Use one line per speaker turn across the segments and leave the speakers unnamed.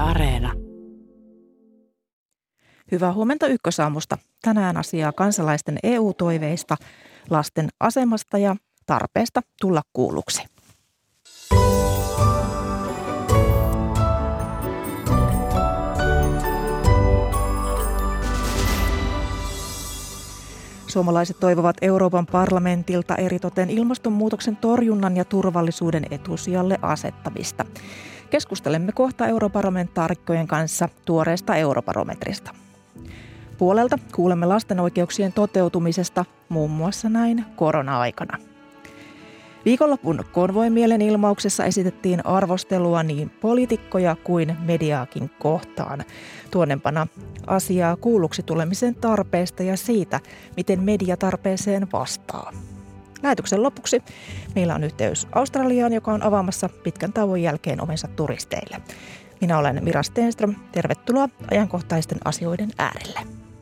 Areena.
Hyvää huomenta Ykkösaamusta. Tänään asiaa kansalaisten EU-toiveista, lasten asemasta ja tarpeesta tulla kuulluksi. Suomalaiset toivovat Euroopan parlamentilta eritoten ilmastonmuutoksen torjunnan ja turvallisuuden etusijalle asettamista. Keskustelemme kohta europarlamentaarikkojen kanssa tuoreesta eurobarometrista. Puolelta kuulemme lasten oikeuksien toteutumisesta muun muassa näin korona-aikana. Viikonlopun konvoi-mielenilmauksessa esitettiin arvostelua niin poliitikkoja kuin mediaakin kohtaan. Tuonnempana asiaa kuulluksi tulemisen tarpeesta ja siitä, miten media tarpeeseen vastaa. Lähetyksen lopuksi meillä on yhteys Australiaan, joka on avaamassa pitkän tauon jälkeen ovensa turisteille. Minä olen Mira Stenström. Tervetuloa ajankohtaisten asioiden äärelle.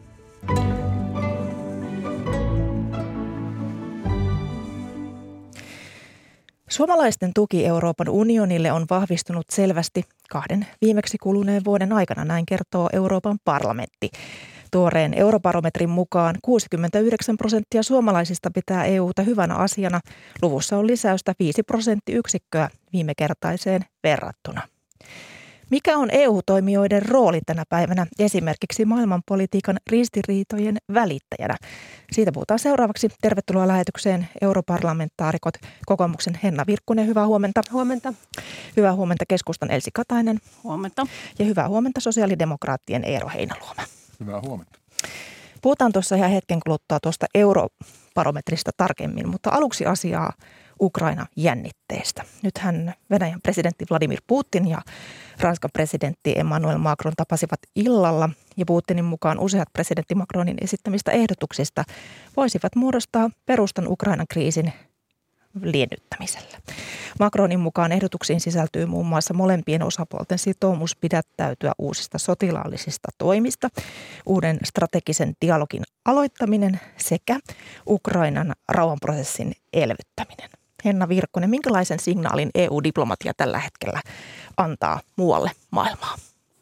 Suomalaisten tuki Euroopan unionille on vahvistunut selvästi 2 viimeksi kuluneen vuoden aikana, näin kertoo Euroopan parlamentti. Tuoreen eurobarometrin mukaan 69% suomalaisista pitää EUta hyvänä asiana. Luvussa on lisäystä 5 prosenttiyksikköä viime kertaiseen verrattuna. Mikä on EU-toimijoiden rooli tänä päivänä esimerkiksi maailmanpolitiikan ristiriitojen välittäjänä? Siitä puhutaan seuraavaksi. Tervetuloa lähetykseen europarlamentaarikot. Kokoomuksen Henna Virkkunen, hyvää huomenta.
Huomenta.
Hyvää huomenta keskustan Elsi Katainen.
Huomenta.
Ja hyvää huomenta sosiaalidemokraattien Eero Heinäluoma.
Hyvää huomenta.
Puhutaan tuossa ihan hetken kuluttua tuosta eurobarometrista tarkemmin, mutta aluksi asiaa Ukraina-jännitteestä. Nythän Venäjän presidentti Vladimir Putin ja Ranskan presidentti Emmanuel Macron tapasivat illalla ja Putinin mukaan useat presidentti Macronin esittämistä ehdotuksista voisivat muodostaa perustan Ukrainan kriisin liennyttämiselle. Macronin mukaan ehdotuksiin sisältyy muun muassa molempien osapuolten sitoumus pidättäytyä uusista sotilaallisista toimista, uuden strategisen dialogin aloittaminen sekä Ukrainan rauhanprosessin elvyttäminen. Henna Virkkunen, minkälaisen signaalin EU-diplomatia tällä hetkellä antaa muualle maailmaa?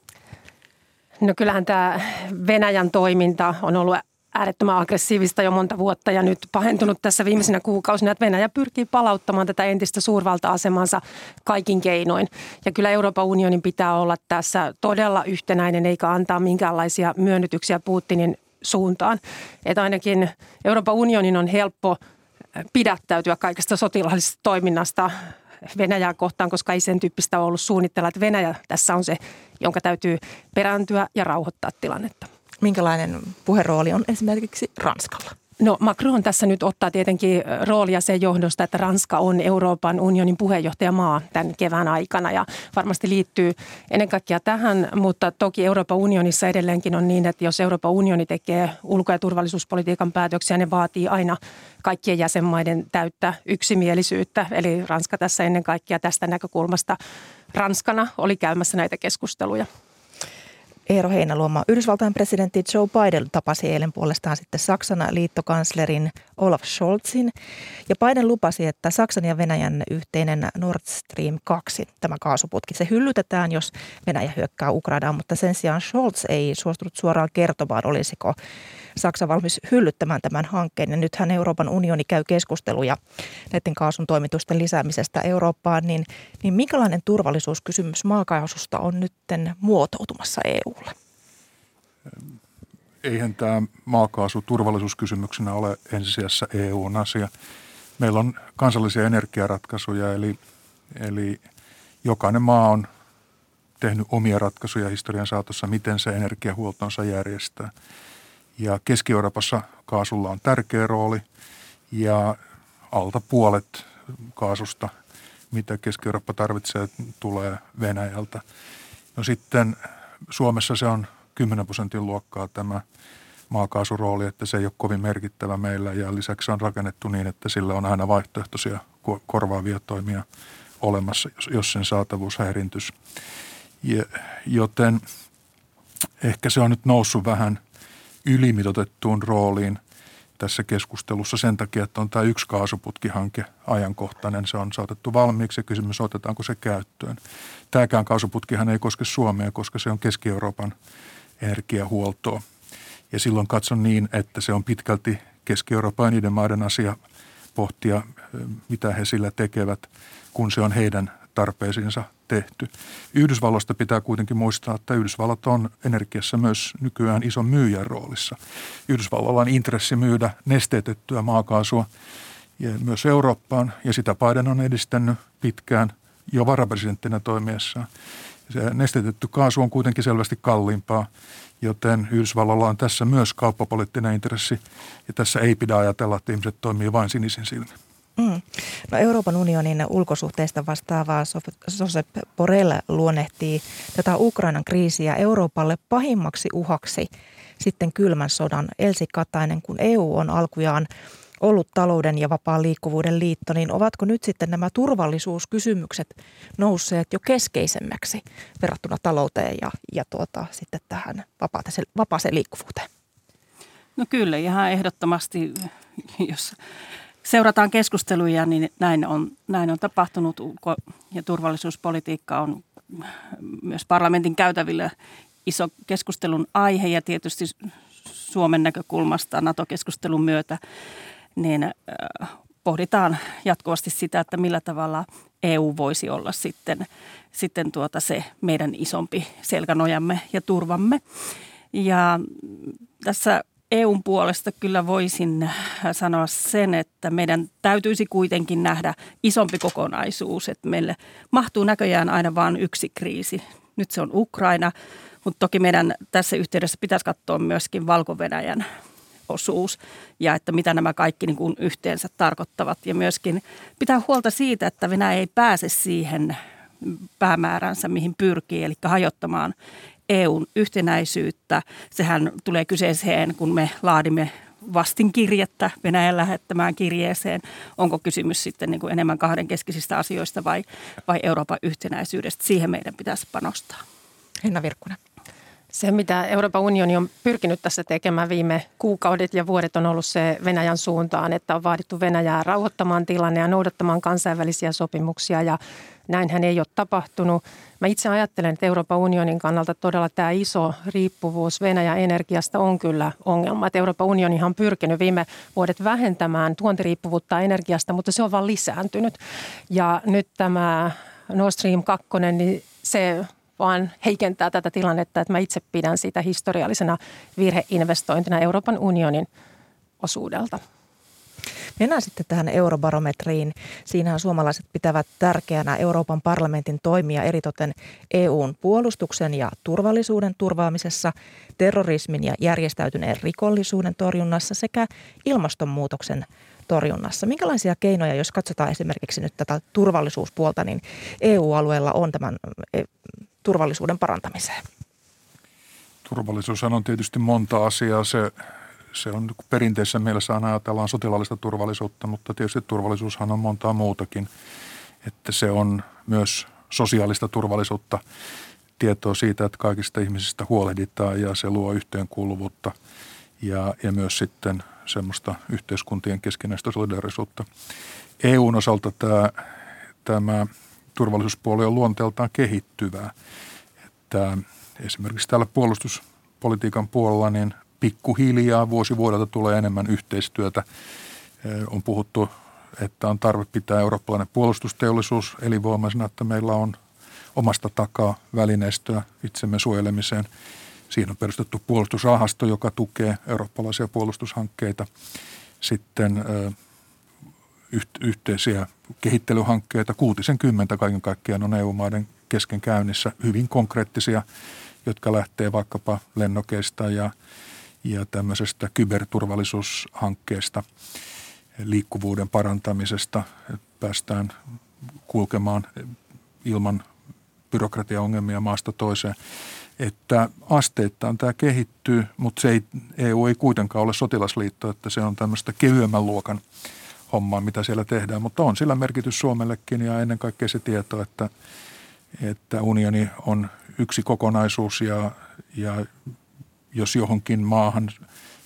No kyllähän tämä Venäjän toiminta on ollut äärettömän aggressiivista jo monta vuotta ja nyt pahentunut tässä viimeisinä kuukausina, että Venäjä pyrkii palauttamaan tätä entistä suurvalta-asemansa kaikin keinoin. Ja kyllä Euroopan unionin pitää olla tässä todella yhtenäinen eikä antaa minkäänlaisia myönnytyksiä Putinin suuntaan. Että ainakin Euroopan unionin on helppo pidättäytyä kaikesta sotilaallisesta toiminnasta Venäjää kohtaan, koska ei sen tyyppistä ole ollut suunnitella, että Venäjä tässä on se, jonka täytyy perääntyä ja rauhoittaa tilannetta.
Minkälainen puherooli on esimerkiksi Ranskalla?
No Macron tässä nyt ottaa tietenkin roolia sen johdosta, että Ranska on Euroopan unionin puheenjohtajamaa tämän kevään aikana ja varmasti liittyy ennen kaikkea tähän, mutta toki Euroopan unionissa edelleenkin on niin, että jos Euroopan unioni tekee ulko- ja turvallisuuspolitiikan päätöksiä, ne vaatii aina kaikkien jäsenmaiden täyttä yksimielisyyttä. Eli Ranska tässä ennen kaikkea tästä näkökulmasta Ranskana oli käymässä näitä keskusteluja.
Eero Heinäluoma, Yhdysvaltain presidentti Joe Biden tapasi eilen puolestaan sitten Saksan liittokanslerin Olaf Scholzin. Ja Biden lupasi, että Saksan ja Venäjän yhteinen Nord Stream 2, tämä kaasuputki, se hyllytetään, jos Venäjä hyökkää Ukrainaan. Mutta sen sijaan Scholz ei suostunut suoraan kertomaan, olisiko Saksa valmis hyllyttämään tämän hankkeen. Ja nythän Euroopan unioni käy keskusteluja näiden kaasun toimitusten lisäämisestä Eurooppaan. Niin minkälainen turvallisuuskysymys maakaasusta on nyt muotoutumassa EUlle?
Eihän tämä maakaasu turvallisuuskysymyksenä ole ensisijassa EUn asia. Meillä on kansallisia energiaratkaisuja, eli jokainen maa on tehnyt omia ratkaisuja historian saatossa, miten se energiahuoltonsa järjestää. Ja Keski-Euroopassa kaasulla on tärkeä rooli ja alta puolet kaasusta, mitä Keski-Eurooppa tarvitsee, tulee Venäjältä. No sitten Suomessa se on 10% luokkaa tämä maakaasurooli, että se ei ole kovin merkittävä meillä ja lisäksi se on rakennettu niin, että sillä on aina vaihtoehtoisia korvaavia toimia olemassa, jos sen saatavuus häirintyisi. Joten ehkä se on nyt noussut vähän ylimitoitettuun rooliin tässä keskustelussa sen takia, että on tämä yksi kaasuputkihanke ajankohtainen. Se on saatettu valmiiksi ja kysymys, otetaanko se käyttöön. Tämäkään kaasuputkihan ei koske Suomea, koska se on Keski-Euroopan energiahuoltoa. Ja silloin katson niin, että se on pitkälti Keski-Euroopan ja niiden maiden asia pohtia, mitä he sillä tekevät, kun se on heidän tarpeisiinsa tehty. Yhdysvalloista pitää kuitenkin muistaa, että Yhdysvallat on energiassa myös nykyään ison myyjän roolissa. Yhdysvalloilla on intressi myydä nesteytettyä maakaasua ja myös Eurooppaan, ja sitä Biden on edistänyt pitkään jo varapresidenttinä toimiessaan. Se nesteytetty kaasu on kuitenkin selvästi kalliimpaa, joten Yhdysvalloilla on tässä myös kauppapoliittinen intressi, ja tässä ei pidä ajatella, että ihmiset toimii vain sinisin silmin.
No, Euroopan unionin ulkosuhteista vastaava Josep Borrell luonnehtii tätä Ukrainan kriisiä Euroopalle pahimmaksi uhaksi sitten kylmän sodan. Elsi Katainen, kun EU on alkujaan ollut talouden ja vapaan liikkuvuuden liitto, niin ovatko nyt sitten nämä turvallisuuskysymykset nousseet jo keskeisemmäksi verrattuna talouteen ja sitten tähän vapaaseen liikkuvuuteen?
No kyllä, ihan ehdottomasti, jos seurataan keskusteluja, niin näin on tapahtunut. Ulko- ja turvallisuuspolitiikka on myös parlamentin käytävillä iso keskustelun aihe, ja tietysti Suomen näkökulmasta NATO-keskustelun myötä niin pohditaan jatkuvasti sitä, että millä tavalla EU voisi olla sitten se meidän isompi selkänojamme ja turvamme. Ja tässä EUn puolesta kyllä voisin sanoa sen, että meidän täytyisi kuitenkin nähdä isompi kokonaisuus, että meille mahtuu näköjään aina vain yksi kriisi. Nyt se on Ukraina, mutta toki meidän tässä yhteydessä pitäisi katsoa myöskin Valko-Venäjän osuus ja että mitä nämä kaikki niin kuin yhteensä tarkoittavat. Ja myöskin pitää huolta siitä, että Venäjä ei pääse siihen päämääränsä, mihin pyrkii, eli hajottamaan EUn yhtenäisyyttä. Sehän tulee kyseeseen, kun me laadimme vastinkirjettä Venäjän lähettämään kirjeeseen. Onko kysymys sitten niin kuin enemmän kahdenkeskisistä asioista vai Euroopan yhtenäisyydestä? Siihen meidän pitäisi panostaa.
Henna Virkkunen.
Se, mitä Euroopan unioni on pyrkinyt tässä tekemään viime kuukaudet ja vuodet, on ollut se Venäjän suuntaan, että on vaadittu Venäjää rauhoittamaan tilanne ja noudattamaan kansainvälisiä sopimuksia, ja näinhän ei ole tapahtunut. Mä itse ajattelen, että Euroopan unionin kannalta todella tämä iso riippuvuus Venäjän energiasta on kyllä ongelma. Että Euroopan unionihan on pyrkinyt viime vuodet vähentämään tuontiriippuvuutta energiasta, mutta se on vaan lisääntynyt. Ja nyt tämä Nord Stream 2, niin se vaan heikentää tätä tilannetta, että mä itse pidän sitä historiallisena virheinvestointina Euroopan unionin osuudelta.
Mennään sitten tähän eurobarometriin. Siinähän suomalaiset pitävät tärkeänä Euroopan parlamentin toimia eritoten EUn puolustuksen ja turvallisuuden turvaamisessa, terrorismin ja järjestäytyneen rikollisuuden torjunnassa sekä ilmastonmuutoksen torjunnassa. Minkälaisia keinoja, jos katsotaan esimerkiksi nyt tätä turvallisuuspuolta, niin EU-alueella on tämän turvallisuuden parantamiseen?
Turvallisuushan on tietysti monta asiaa. Se on perinteisessä mielessä aina ajatellaan sotilaallista turvallisuutta, mutta tietysti turvallisuushan on montaa muutakin. Että se on myös sosiaalista turvallisuutta, tietoa siitä, että kaikista ihmisistä huolehditaan ja se luo yhteenkuuluvuutta ja myös sitten semmoista yhteiskuntien keskinäistä solidaarisuutta. EUn osalta tämä turvallisuuspuoli on luonteeltaan kehittyvää. Että esimerkiksi täällä puolustuspolitiikan puolella niin pikkuhiljaa vuosi vuodelta tulee enemmän yhteistyötä. On puhuttu, että on tarve pitää eurooppalainen puolustusteollisuus elinvoimaisena, että meillä on omasta takaa välineistöä itsemme suojelemiseen. Siinä on perustettu puolustusrahasto, joka tukee eurooppalaisia puolustushankkeita. Sitten yhteisiä kehittelyhankkeita, 60 kaiken kaikkiaan on EU-maiden kesken käynnissä, hyvin konkreettisia, jotka lähtee vaikkapa lennokeista ja tämmöisestä kyberturvallisuushankkeesta, liikkuvuuden parantamisesta, että päästään kulkemaan ilman byrokratiaongelmia maasta toiseen. Että asteittain tämä kehittyy, mutta EU ei kuitenkaan ole sotilasliitto, että se on tämmöistä kevyemmän luokan hommaa, mitä siellä tehdään, mutta on sillä merkitys Suomellekin ja ennen kaikkea se tieto, että unioni on yksi kokonaisuus ja jos johonkin maahan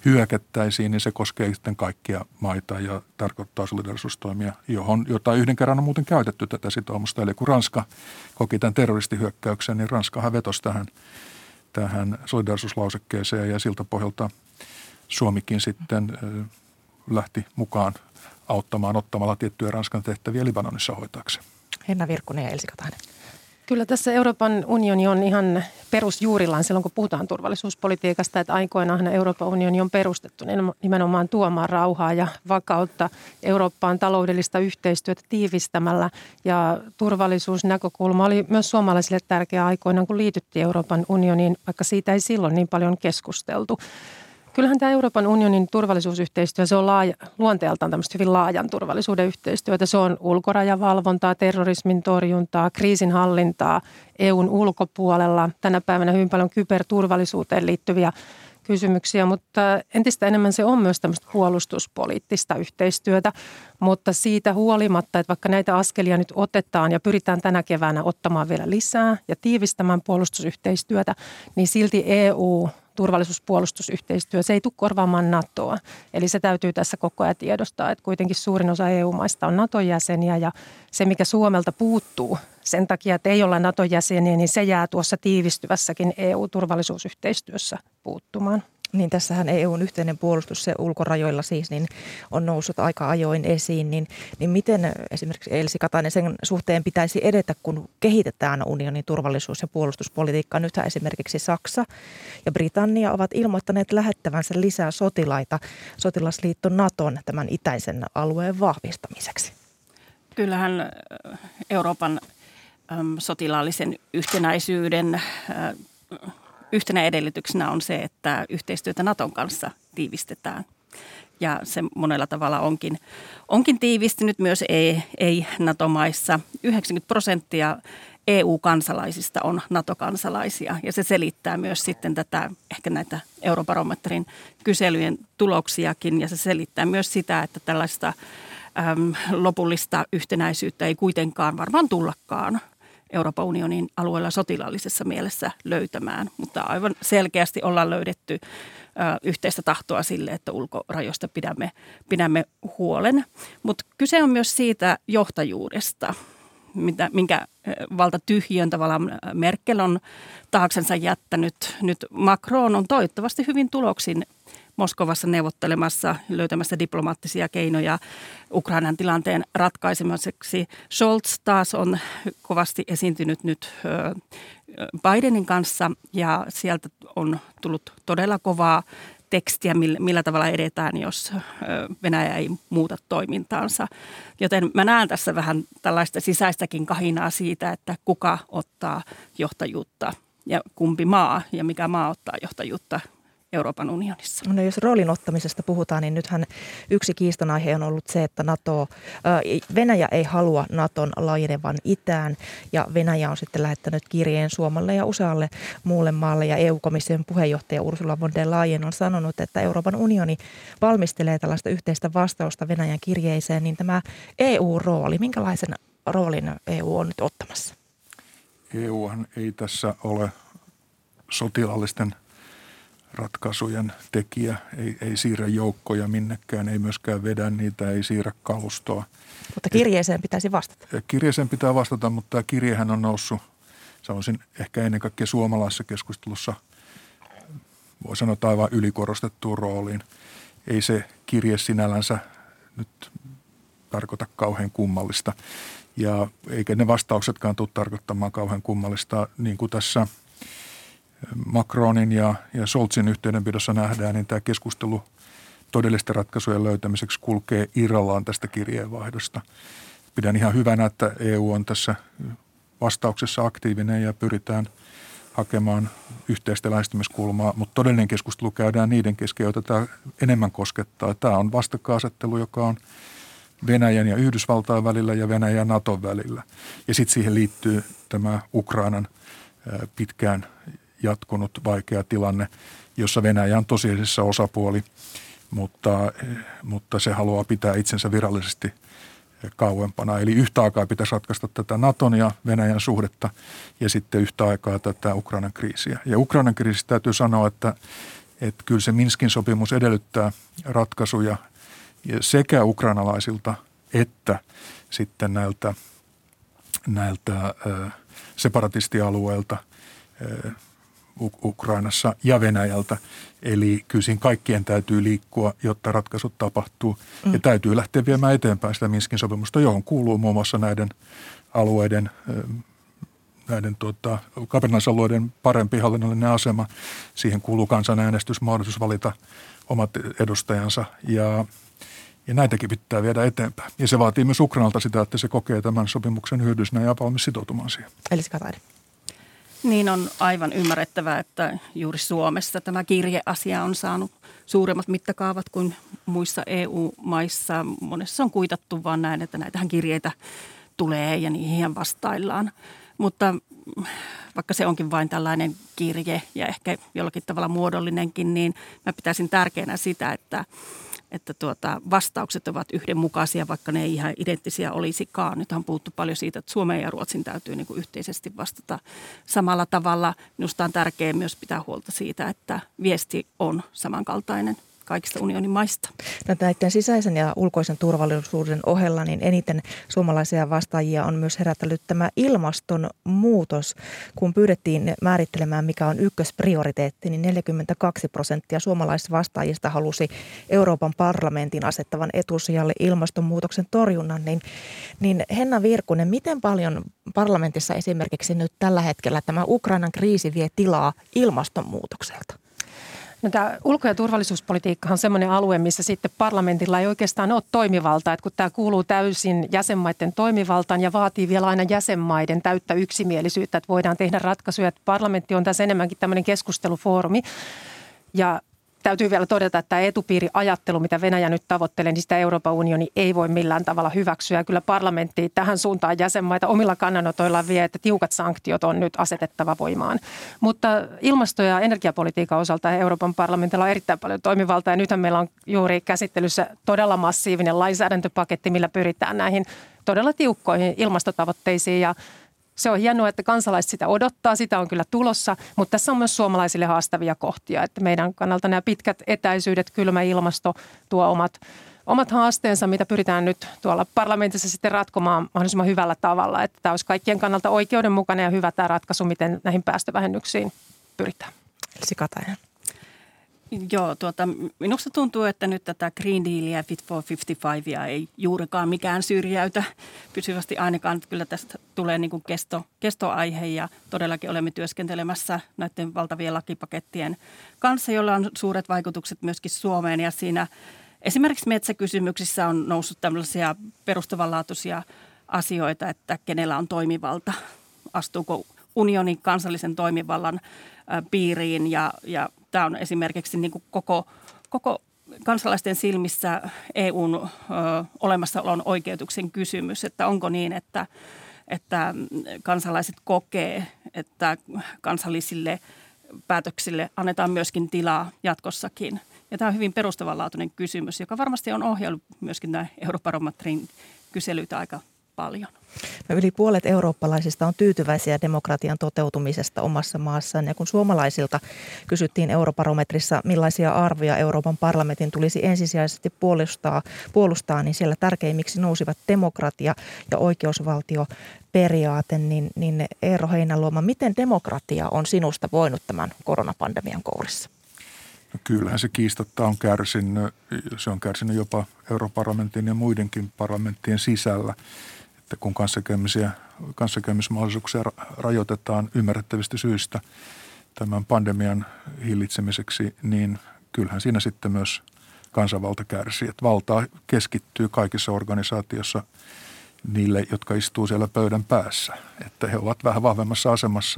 hyökättäisiin, niin se koskee sitten kaikkia maita ja tarkoittaa solidarisuustoimia, jota yhden kerran on muuten käytetty tätä sitoumusta. Eli kun Ranska koki tämän terroristihyökkäyksen, niin Ranskahan vetosi tähän solidarisuuslausekkeeseen ja siltä pohjalta Suomikin sitten lähti mukaan auttamaan ottamalla tiettyjä Ranskan tehtäviä Libanonissa hoitaakseen.
Henna Virkkunen ja Elsi Katainen.
Kyllä tässä Euroopan unioni on ihan perusjuurillaan silloin, kun puhutaan turvallisuuspolitiikasta, että aikoinaan Euroopan unioni on perustettu nimenomaan tuomaan rauhaa ja vakautta Eurooppaan taloudellista yhteistyötä tiivistämällä. Ja turvallisuusnäkökulma oli myös suomalaisille tärkeä aikoinaan, kun liityttiin Euroopan unioniin, vaikka siitä ei silloin niin paljon keskusteltu. Kyllähän tämä Euroopan unionin turvallisuusyhteistyö, se on luonteeltaan tämmöistä hyvin laajan turvallisuuden yhteistyötä. Se on ulkorajavalvontaa, terrorismin torjuntaa, kriisinhallintaa EUn ulkopuolella. Tänä päivänä hyvin paljon kyberturvallisuuteen liittyviä kysymyksiä, mutta entistä enemmän se on myös tämmöistä puolustuspoliittista yhteistyötä. Mutta siitä huolimatta, että vaikka näitä askelia nyt otetaan ja pyritään tänä keväänä ottamaan vielä lisää ja tiivistämään puolustusyhteistyötä, niin silti EU turvallisuuspuolustusyhteistyö, se ei tule korvaamaan NATOa. Eli se täytyy tässä koko ajan tiedostaa, että kuitenkin suurin osa EU-maista on NATOn jäseniä ja se, mikä Suomelta puuttuu sen takia, että ei olla NATOn jäseniä, niin se jää tuossa tiivistyvässäkin EU-turvallisuusyhteistyössä puuttumaan.
Niin tässähän EUn yhteinen puolustus se ulkorajoilla siis niin on noussut aika ajoin esiin. Niin miten esimerkiksi Elsi Katainen sen suhteen pitäisi edetä, kun kehitetään unionin turvallisuus- ja puolustuspolitiikkaa? Nythän esimerkiksi Saksa ja Britannia ovat ilmoittaneet lähettävänsä lisää sotilaita sotilasliitto NATOn tämän itäisen alueen vahvistamiseksi.
Kyllähän Euroopan sotilaallisen yhtenäisyyden yhtenä edellytyksenä on se, että yhteistyötä NATOn kanssa tiivistetään. Ja se monella tavalla onkin tiivistynyt myös ei-NATO-maissa. 90% EU-kansalaisista on NATO-kansalaisia ja se selittää myös sitten ehkä näitä Eurobarometrin kyselyjen tuloksiakin ja se selittää myös sitä, että tällaista lopullista yhtenäisyyttä ei kuitenkaan varmaan tullakaan Euroopan unionin alueella sotilaallisessa mielessä löytämään, mutta aivan selkeästi ollaan löydetty yhteistä tahtoa sille, että ulkorajoista pidämme huolen. Mutta kyse on myös siitä johtajuudesta, minkä valtatyhjön tavallaan Merkel on taaksensa jättänyt. Nyt Macron on toivottavasti hyvin tuloksin Moskovassa neuvottelemassa, löytämässä diplomaattisia keinoja Ukrainan tilanteen ratkaisemiseksi. Scholz taas on kovasti esiintynyt nyt Bidenin kanssa ja sieltä on tullut todella kovaa tekstiä, millä tavalla edetään, jos Venäjä ei muuta toimintaansa. Joten mä näen tässä vähän tällaista sisäistäkin kahinaa siitä, että kuka ottaa johtajuutta ja kumpi maa ja mikä maa ottaa johtajuutta Euroopan unionissa.
No jos roolin ottamisesta puhutaan, niin nythän yksi kiistanaihe on ollut se, että Venäjä ei halua NATOn laajenevan itään ja Venäjä on sitten lähettänyt kirjeen Suomelle ja usealle muulle maalle ja EU-komission puheenjohtaja Ursula von der Leyen on sanonut, että Euroopan unioni valmistelee tällaista yhteistä vastausta Venäjän kirjeeseen, niin tämä EU-rooli, minkälaisen roolin EU on nyt ottamassa?
EUhan ei tässä ole sotilaallisten ratkaisujen tekijä, ei siirrä joukkoja minnekään, ei myöskään vedä niitä, ei siirrä kalustoa.
Mutta kirjeeseen pitäisi vastata.
Kirjeeseen pitää vastata, mutta tämä kirjehän on noussut, sanoisin ehkä ennen kaikkea suomalaisessa keskustelussa, voi sanoa aivan ylikorostettuun rooliin. Ei se kirje sinällänsä nyt tarkoita kauhean kummallista ja eikä ne vastauksetkaan tule tarkoittamaan kauhean kummallista, niin kuin tässä Macronin ja Scholzin yhteydenpidossa nähdään, niin tämä keskustelu todellisten ratkaisujen löytämiseksi kulkee irrallaan tästä kirjeenvaihdosta. Pidän ihan hyvänä, että EU on tässä vastauksessa aktiivinen ja pyritään hakemaan yhteistä lähestymiskulmaa, mutta todellinen keskustelu käydään niiden kesken, joita tämä enemmän koskettaa. Tämä on vastakkainasettelu, joka on Venäjän ja Yhdysvaltain välillä ja Venäjän ja Naton välillä. Ja sitten siihen liittyy tämä Ukrainan pitkään jatkunut vaikea tilanne, jossa Venäjä on tosiasiassa osapuoli, mutta se haluaa pitää itsensä virallisesti kauempana. Eli yhtä aikaa pitäisi ratkaista tätä Naton ja Venäjän suhdetta ja sitten yhtä aikaa tätä Ukrainan kriisiä. Ja Ukrainan kriisistä täytyy sanoa, että Että kyllä se Minskin sopimus edellyttää ratkaisuja sekä ukrainalaisilta että sitten näiltä separatistialueilta Ukrainassa ja Venäjältä. Eli kyllä siinä kaikkien täytyy liikkua, jotta ratkaisut tapahtuu. Ja täytyy lähteä viemään eteenpäin sitä Minskin sopimusta, johon kuuluu muun muassa näiden alueiden, kapinallisalueiden parempi hallinnollinen asema. Siihen kuuluu kansanäänestys, mahdollisuus valita omat edustajansa ja näitäkin pitää viedä eteenpäin. Ja se vaatii myös Ukrainalta sitä, että se kokee tämän sopimuksen hyödyllisenä ja valmis sitoutumaan siihen.
Elsi Katainen.
Niin on aivan ymmärrettävää, että juuri Suomessa tämä kirjeasia on saanut suuremmat mittakaavat kuin muissa EU-maissa. Monessa on kuitattu vaan näin, että näitähän kirjeitä tulee ja niihin vastaillaan. Mutta vaikka se onkin vain tällainen kirje ja ehkä jollakin tavalla muodollinenkin, niin mä pitäisin tärkeänä sitä, että vastaukset ovat yhdenmukaisia, vaikka ne ei ihan identtisiä olisikaan. Nyt on puhuttu paljon siitä, että Suomen ja Ruotsin täytyy niin kuin yhteisesti vastata samalla tavalla. Minusta on tärkeää myös pitää huolta siitä, että viesti on samankaltainen kaikista unionin maista.
No, näiden sisäisen ja ulkoisen turvallisuuden ohella niin eniten suomalaisia vastaajia on myös herättänyt tämä ilmastonmuutos. Kun pyydettiin määrittelemään, mikä on ykkösprioriteetti, niin 42% suomalaisista vastaajista halusi Euroopan parlamentin asettavan etusijalle ilmastonmuutoksen torjunnan. Niin Henna Virkkunen, miten paljon parlamentissa esimerkiksi nyt tällä hetkellä tämä Ukrainan kriisi vie tilaa ilmastonmuutokselta?
No, tämä ulko- ja turvallisuuspolitiikka on semmoinen alue, missä sitten parlamentilla ei oikeastaan ole toimivaltaa, että kun tämä kuuluu täysin jäsenmaiden toimivaltaan ja vaatii vielä aina jäsenmaiden täyttä yksimielisyyttä, että voidaan tehdä ratkaisuja, että parlamentti on tässä enemmänkin tämmöinen keskustelufoorumi. Ja täytyy vielä todeta, että tämä etupiiriajattelu, mitä Venäjä nyt tavoittelee, niin sitä Euroopan unioni ei voi millään tavalla hyväksyä. Ja kyllä parlamentti tähän suuntaan jäsenmaita omilla kannanotoillaan vie, että tiukat sanktiot on nyt asetettava voimaan. Mutta ilmasto- ja energiapolitiikan osalta Euroopan parlamentilla on erittäin paljon toimivaltaa. Ja nythän meillä on juuri käsittelyssä todella massiivinen lainsäädäntöpaketti, millä pyritään näihin todella tiukkoihin ilmastotavoitteisiin. Ja se on hienoa, että kansalaiset sitä odottaa, sitä on kyllä tulossa, mutta tässä on myös suomalaisille haastavia kohtia, että meidän kannalta nämä pitkät etäisyydet, kylmä ilmasto tuo omat haasteensa, mitä pyritään nyt tuolla parlamentissa sitten ratkomaan mahdollisimman hyvällä tavalla, että tämä olisi kaikkien kannalta oikeudenmukainen ja hyvä tämä ratkaisu, miten näihin päästövähennyksiin pyritään.
Elsi Katainen.
Joo, minusta tuntuu, että nyt tätä Green Dealia ja Fit for 55 ei juurikaan mikään syrjäytä pysyvästi ainakaan. Kyllä tästä tulee niin kuin kestoaihe ja todellakin olemme työskentelemässä näiden valtavien lakipakettien kanssa, joilla on suuret vaikutukset myöskin Suomeen. Ja siinä esimerkiksi metsäkysymyksissä on noussut tällaisia perustavanlaatuisia asioita, että kenellä on toimivalta, astuuko unionin kansallisen toimivallan piiriin ja tämä on esimerkiksi niin kuin koko kansalaisten silmissä EUn olemassaolon oikeutuksen kysymys, että onko niin, että kansalaiset kokee, että kansallisille päätöksille annetaan myöskin tilaa jatkossakin. Ja tämä on hyvin perustavanlaatuinen kysymys, joka varmasti on ohjellut myöskin nämä Eurobarometrin kyselyitä aika paljon.
Yli puolet eurooppalaisista on tyytyväisiä demokratian toteutumisesta omassa maassaan. Ja kun suomalaisilta kysyttiin Eurobarometrissa, millaisia arvoja Euroopan parlamentin tulisi ensisijaisesti puolustaa, niin siellä tärkeimmiksi nousivat demokratia ja oikeusvaltioperiaate. Niin Eero Heinäluoma, miten demokratia on sinusta voinut tämän koronapandemian kourissa?
No kyllähän se kiistatta on kärsinyt. Se on kärsinyt jopa Europarlamentin ja muidenkin parlamenttien sisällä. Että kun kanssakäymismahdollisuuksia rajoitetaan ymmärrettävistä syistä tämän pandemian hillitsemiseksi, niin kyllähän siinä sitten myös kansanvalta kärsii. Että valtaa keskittyy kaikissa organisaatiossa niille, jotka istuu siellä pöydän päässä. Että he ovat vähän vahvemmassa asemassa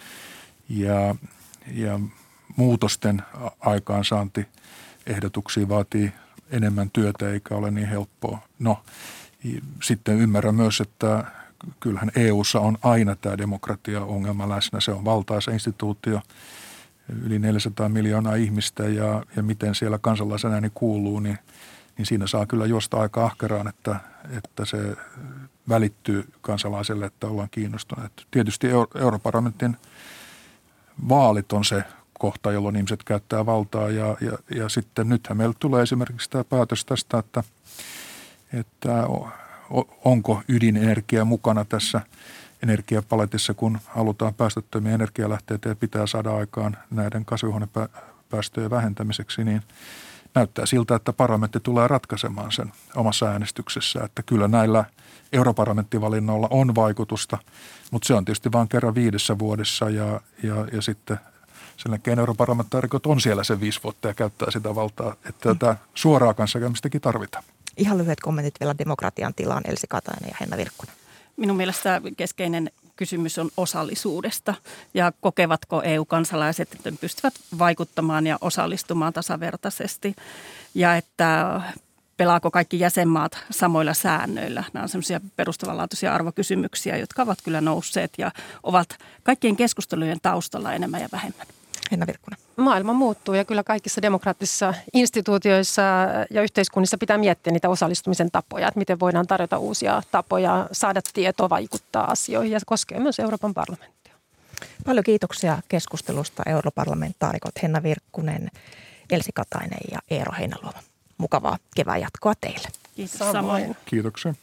ja muutosten aikaansaanti ehdotuksia vaatii enemmän työtä eikä ole niin helppoa. No, sitten ymmärrän myös, että kyllähän EU:ssa on aina tämä demokratia-ongelma läsnä. Se on valtaisa instituutio, yli 400 miljoonaa ihmistä ja miten siellä kansalaisen ääni kuuluu, niin siinä saa kyllä juosta aika ahkeraan, että se välittyy kansalaiselle, että ollaan kiinnostuneet. Tietysti Europarlamentin vaalit on se kohta, jolloin ihmiset käyttää valtaa. Ja sitten nythän meillä tulee esimerkiksi tämä päätös tästä, että onko ydinenergia mukana tässä energiapaletissa, kun halutaan päästöttömiä energialähteitä ja pitää saada aikaan näiden kasvihuonepäästöjen vähentämiseksi, niin näyttää siltä, että parlamentti tulee ratkaisemaan sen omassa äänestyksessä, että kyllä näillä europarlamenttivalinnoilla on vaikutusta, mutta se on tietysti vain kerran 5 vuodessa ja sitten sen jälkeen europarlamentaarikot on siellä se 5 vuotta ja käyttää sitä valtaa, että tätä suoraa kanssakäymistäkin tarvitaan.
Ihan lyhyet kommentit vielä demokratian tilaan, Elsi Katainen ja Henna Virkkunen.
Minun mielestä keskeinen kysymys on osallisuudesta ja kokevatko EU-kansalaiset, että pystyvät vaikuttamaan ja osallistumaan tasavertaisesti ja että pelaako kaikki jäsenmaat samoilla säännöillä. Nämä on sellaisia perustavanlaatuisia arvokysymyksiä, jotka ovat kyllä nousseet ja ovat kaikkien keskustelujen taustalla enemmän ja vähemmän.
Henna Virkkunen.
Maailma muuttuu ja kyllä kaikissa demokraattisissa instituutioissa ja yhteiskunnissa pitää miettiä niitä osallistumisen tapoja, että miten voidaan tarjota uusia tapoja, saada tietoa, vaikuttaa asioihin ja se koskee myös Euroopan parlamenttia.
Paljon kiitoksia keskustelusta europarlamentaarikot Henna Virkkunen, Elsi Katainen ja Eero Heinäluoma. Mukavaa kevään jatkoa teille.
Kiitos samoin.
Kiitoksia.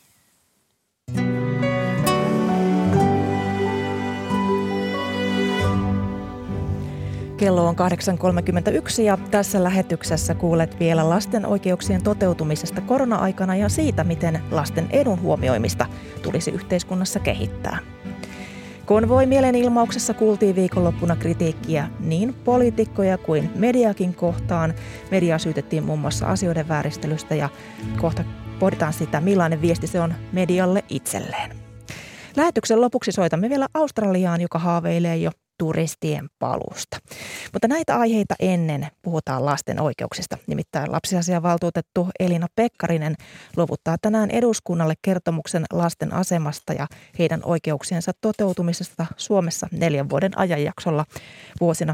Kello on 8.31 ja tässä lähetyksessä kuulet vielä lasten oikeuksien toteutumisesta korona-aikana ja siitä, miten lasten edun huomioimista tulisi yhteiskunnassa kehittää. Konvoi-mielenilmauksessa kuultiin viikonloppuna kritiikkiä niin poliitikkoja kuin mediakin kohtaan. Mediaa syytettiin muun muassa asioiden vääristelystä ja kohta pohditaan sitä, millainen viesti se on medialle itselleen. Lähetyksen lopuksi soitamme vielä Australiaan, joka haaveilee jo turistien paluusta. Mutta näitä aiheita ennen puhutaan lasten oikeuksista. Nimittäin lapsiasiavaltuutettu Elina Pekkarinen luovuttaa tänään eduskunnalle kertomuksen lasten asemasta ja heidän oikeuksiensa toteutumisesta Suomessa 4 vuoden ajanjaksolla vuosina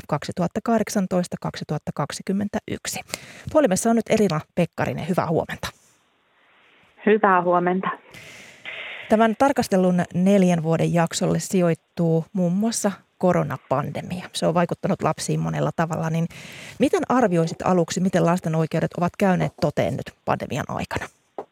2018-2021. Puhelimessa on nyt Elina Pekkarinen. Hyvää huomenta.
Hyvää huomenta.
Tämän tarkastelun 4 vuoden jaksolle sijoittuu muun muassa koronapandemia. Se on vaikuttanut lapsiin monella tavalla. Niin miten arvioisit aluksi, miten lasten oikeudet ovat käyneet toteen nyt pandemian aikana?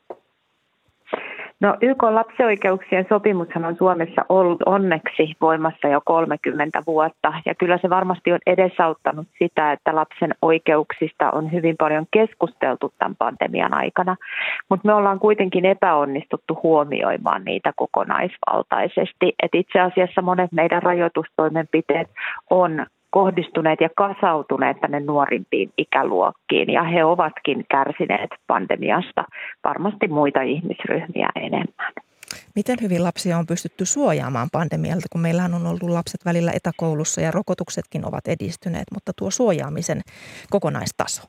No YK:n lapsioikeuksien sopimushan on Suomessa ollut onneksi voimassa jo 30 vuotta ja kyllä se varmasti on edesauttanut sitä, että lapsen oikeuksista on hyvin paljon keskusteltu tämän pandemian aikana, mutta me ollaan kuitenkin epäonnistuttu huomioimaan niitä kokonaisvaltaisesti. Et itse asiassa monet meidän rajoitustoimenpiteet on kohdistuneet ja kasautuneet tänne nuorimpiin ikäluokkiin ja he ovatkin kärsineet pandemiasta varmasti muita ihmisryhmiä enemmän.
Miten hyvin lapsia on pystytty suojaamaan pandemialta, kun meillähän on ollut lapset välillä etäkoulussa ja rokotuksetkin ovat edistyneet, mutta tuo suojaamisen kokonaistaso?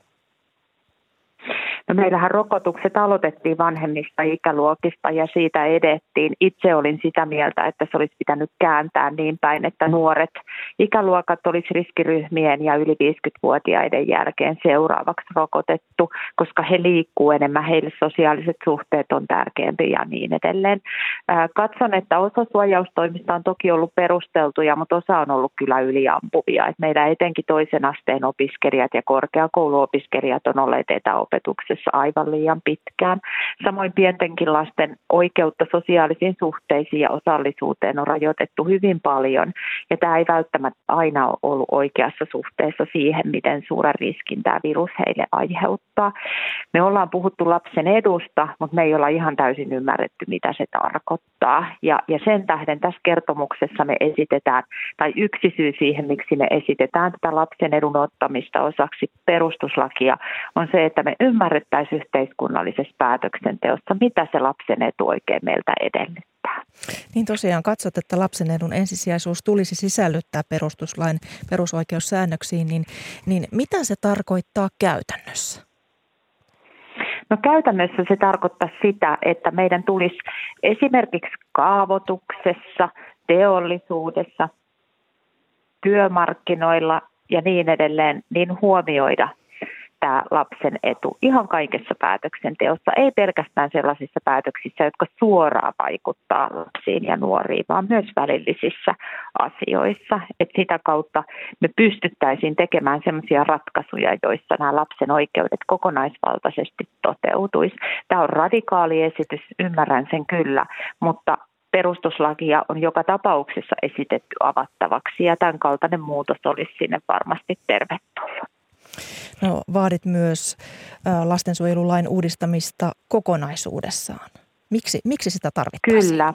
No meillähän rokotukset aloitettiin vanhemmista ikäluokista ja siitä edettiin. Itse olin sitä mieltä, että se olisi pitänyt kääntää niin päin, että nuoret ikäluokat olisi riskiryhmien ja yli 50-vuotiaiden jälkeen seuraavaksi rokotettu, koska he liikkuu enemmän, heille sosiaaliset suhteet on tärkeämpi ja niin edelleen. Katson, että osa suojaustoimista on toki ollut perusteltuja, mutta osa on ollut kyllä yliampuvia. Et meillä etenkin toisen asteen opiskelijat ja korkeakouluopiskelijat on olleet etäopetuksessa aivan liian pitkään. Samoin pientenkin lasten oikeutta sosiaalisiin suhteisiin ja osallisuuteen on rajoitettu hyvin paljon. Ja tämä ei välttämättä aina ole ollut oikeassa suhteessa siihen, miten suuren riskin tämä virus heille aiheuttaa. Me ollaan puhuttu lapsen edusta, mutta me ei olla ihan täysin ymmärretty, mitä se tarkoittaa. Ja sen tähden tässä kertomuksessa me esitetään, tai yksi syy siihen, miksi me esitetään tätä lapsen edun ottamista osaksi perustuslakia, on se, että me ymmärretään yhteiskunnallisessa päätöksenteossa, mitä se lapsen etu oikein meiltä edellyttää.
Niin tosiaan katsot, että lapsen edun ensisijaisuus tulisi sisällyttää perustuslain perusoikeussäännöksiin, niin mitä se tarkoittaa käytännössä?
No käytännössä se tarkoittaa sitä, että meidän tulisi esimerkiksi kaavoituksessa, teollisuudessa, työmarkkinoilla ja niin edelleen niin huomioida riittää lapsen etu ihan kaikessa päätöksenteossa, ei pelkästään sellaisissa päätöksissä, jotka suoraan vaikuttaa lapsiin ja nuoriin, vaan myös välillisissä asioissa. Et sitä kautta me pystyttäisiin tekemään sellaisia ratkaisuja, joissa nämä lapsen oikeudet kokonaisvaltaisesti toteutuisi. Tämä on radikaali esitys, ymmärrän sen kyllä, mutta perustuslakia on joka tapauksessa esitetty avattavaksi ja tämän kaltainen muutos olisi sinne varmasti tervetullut.
No, vaadit myös lastensuojelulain uudistamista kokonaisuudessaan. Miksi sitä tarvittaisiin?
Kyllä.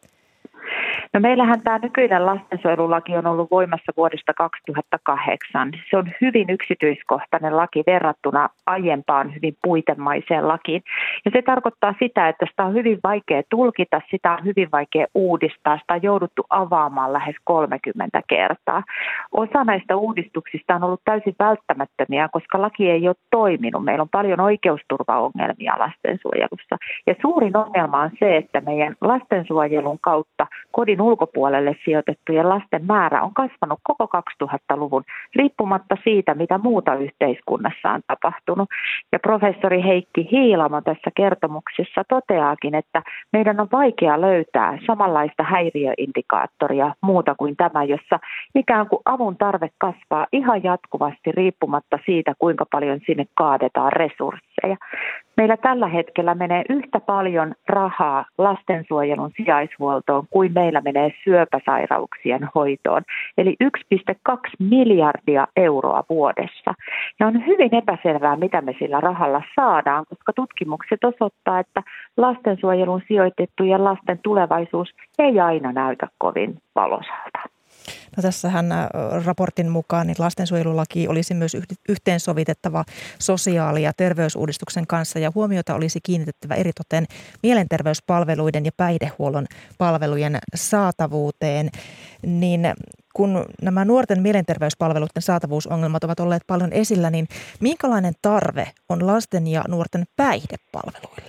No meillähän tämä nykyinen lastensuojelulaki on ollut voimassa vuodesta 2008. Se on hyvin yksityiskohtainen laki verrattuna aiempaan hyvin puitemaiseen lakiin. Ja se tarkoittaa sitä, että sitä on hyvin vaikea tulkita, sitä on hyvin vaikea uudistaa, sitä on jouduttu avaamaan lähes 30 kertaa. Osa näistä uudistuksista on ollut täysin välttämättömiä, koska laki ei ole toiminut. Meillä on paljon oikeusturvaongelmia lastensuojelussa. Ja suurin ongelma on se, että meidän lastensuojelun kautta kodin ulkopuolelle sijoitettujen lasten määrä on kasvanut koko 2000-luvun riippumatta siitä, mitä muuta yhteiskunnassa on tapahtunut. Ja professori Heikki Hiilamo tässä kertomuksessa toteaakin, että meidän on vaikea löytää samanlaista häiriöindikaattoria muuta kuin tämä, jossa ikään kuin avun tarve kasvaa ihan jatkuvasti riippumatta siitä, kuinka paljon sinne kaadetaan resursseja. Meillä tällä hetkellä menee yhtä paljon rahaa lastensuojelun sijaishuoltoon kuin meillä menee syöpäsairauksien hoitoon, eli 1,2 miljardia euroa vuodessa. Ja on hyvin epäselvää, mitä me sillä rahalla saadaan, koska tutkimukset osoittaa, että lastensuojelun sijoitettujen lasten tulevaisuus ei aina näytä kovin valoisalta.
No tässähän raportin mukaan niin lastensuojelulaki olisi myös yhteensovitettava sosiaali- ja terveysuudistuksen kanssa ja huomiota olisi kiinnitettävä eritoten mielenterveyspalveluiden ja päihdehuollon palvelujen saatavuuteen. Niin kun nämä nuorten mielenterveyspalveluiden saatavuusongelmat ovat olleet paljon esillä, niin minkälainen tarve on lasten ja nuorten päihdepalveluille?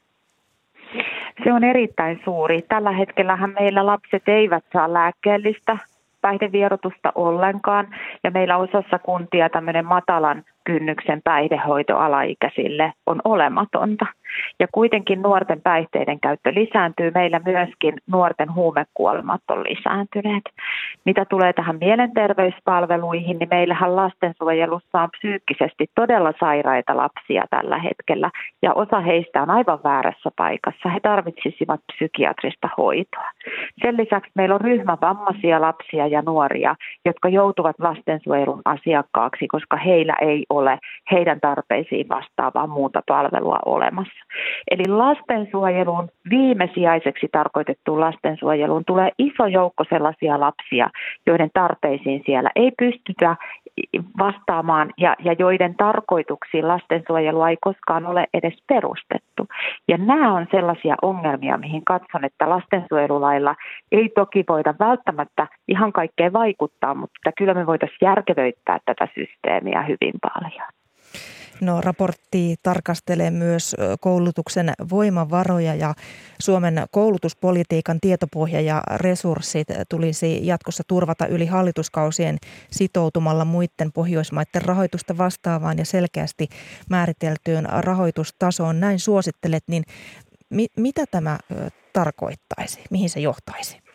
Se on erittäin suuri. Tällä hetkellähän meillä lapset eivät saa lääkkeellistä päihdevieroitusta ollenkaan ja meillä osassa kuntia tämmöinen matalan kynnyksen päihdehoito alaikäisille on olematonta. Ja kuitenkin nuorten päihteiden käyttö lisääntyy. Meillä myöskin nuorten huumekuolemat on lisääntyneet. Mitä tulee tähän mielenterveyspalveluihin, niin meillähän lastensuojelussa on psyykkisesti todella sairaita lapsia tällä hetkellä. Ja osa heistä on aivan väärässä paikassa. He tarvitsisivat psykiatrista hoitoa. Sen lisäksi meillä on ryhmä vammaisia lapsia ja nuoria, jotka joutuvat lastensuojelun asiakkaaksi, koska heillä ei ole heidän tarpeisiin vastaavaa muuta palvelua olemassa. Eli lastensuojeluun, viimesijaiseksi tarkoitettuun lastensuojeluun tulee iso joukko sellaisia lapsia, joiden tarpeisiin siellä ei pystytä vastaamaan ja joiden tarkoituksiin lastensuojelua ei koskaan ole edes perustettu. Ja nämä on sellaisia ongelmia, mihin katson, että lastensuojelulailla ei toki voida välttämättä ihan kaikkeen vaikuttaa, mutta kyllä me voitaisiin järkevöittää tätä systeemiä hyvin paljon.
No, raportti tarkastelee myös koulutuksen voimavaroja ja Suomen koulutuspolitiikan tietopohja ja resurssit tulisi jatkossa turvata yli hallituskausien sitoutumalla muiden Pohjoismaiden rahoitusta vastaavaan ja selkeästi määriteltyyn rahoitustasoon. Näin suosittelet, niin mitä tämä tarkoittaisi? Mihin se johtaisi?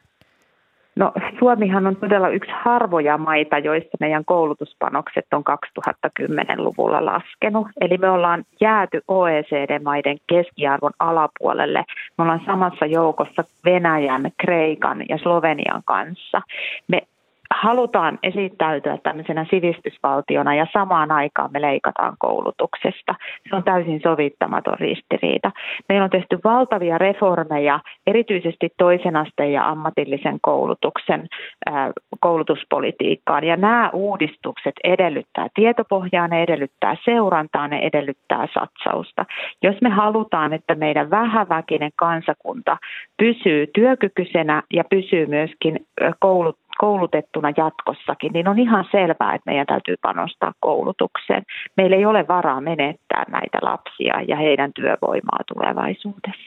No, Suomihan on todella yksi harvoja maita, joissa meidän koulutuspanokset on 2010-luvulla laskenut. Eli me ollaan jääty OECD-maiden keskiarvon alapuolelle. Me ollaan samassa joukossa Venäjän, Kreikan ja Slovenian kanssa. Me halutaan esittäytyä tämmöisenä sivistysvaltiona ja samaan aikaan me leikataan koulutuksesta. Se on täysin sovittamaton ristiriita. Meillä on tehty valtavia reformeja, erityisesti toisen asteen ja ammatillisen koulutuksen koulutuspolitiikkaan. Ja nämä uudistukset edellyttää tietopohjaa, ne edellyttää seurantaa, ne edellyttää satsausta. Jos me halutaan, että meidän vähäväkinen kansakunta pysyy työkykyisenä ja pysyy myöskin koulutettuna jatkossakin, niin on ihan selvää, että meidän täytyy panostaa koulutukseen. Meillä ei ole varaa menettää näitä lapsia ja heidän työvoimaa tulevaisuudessa.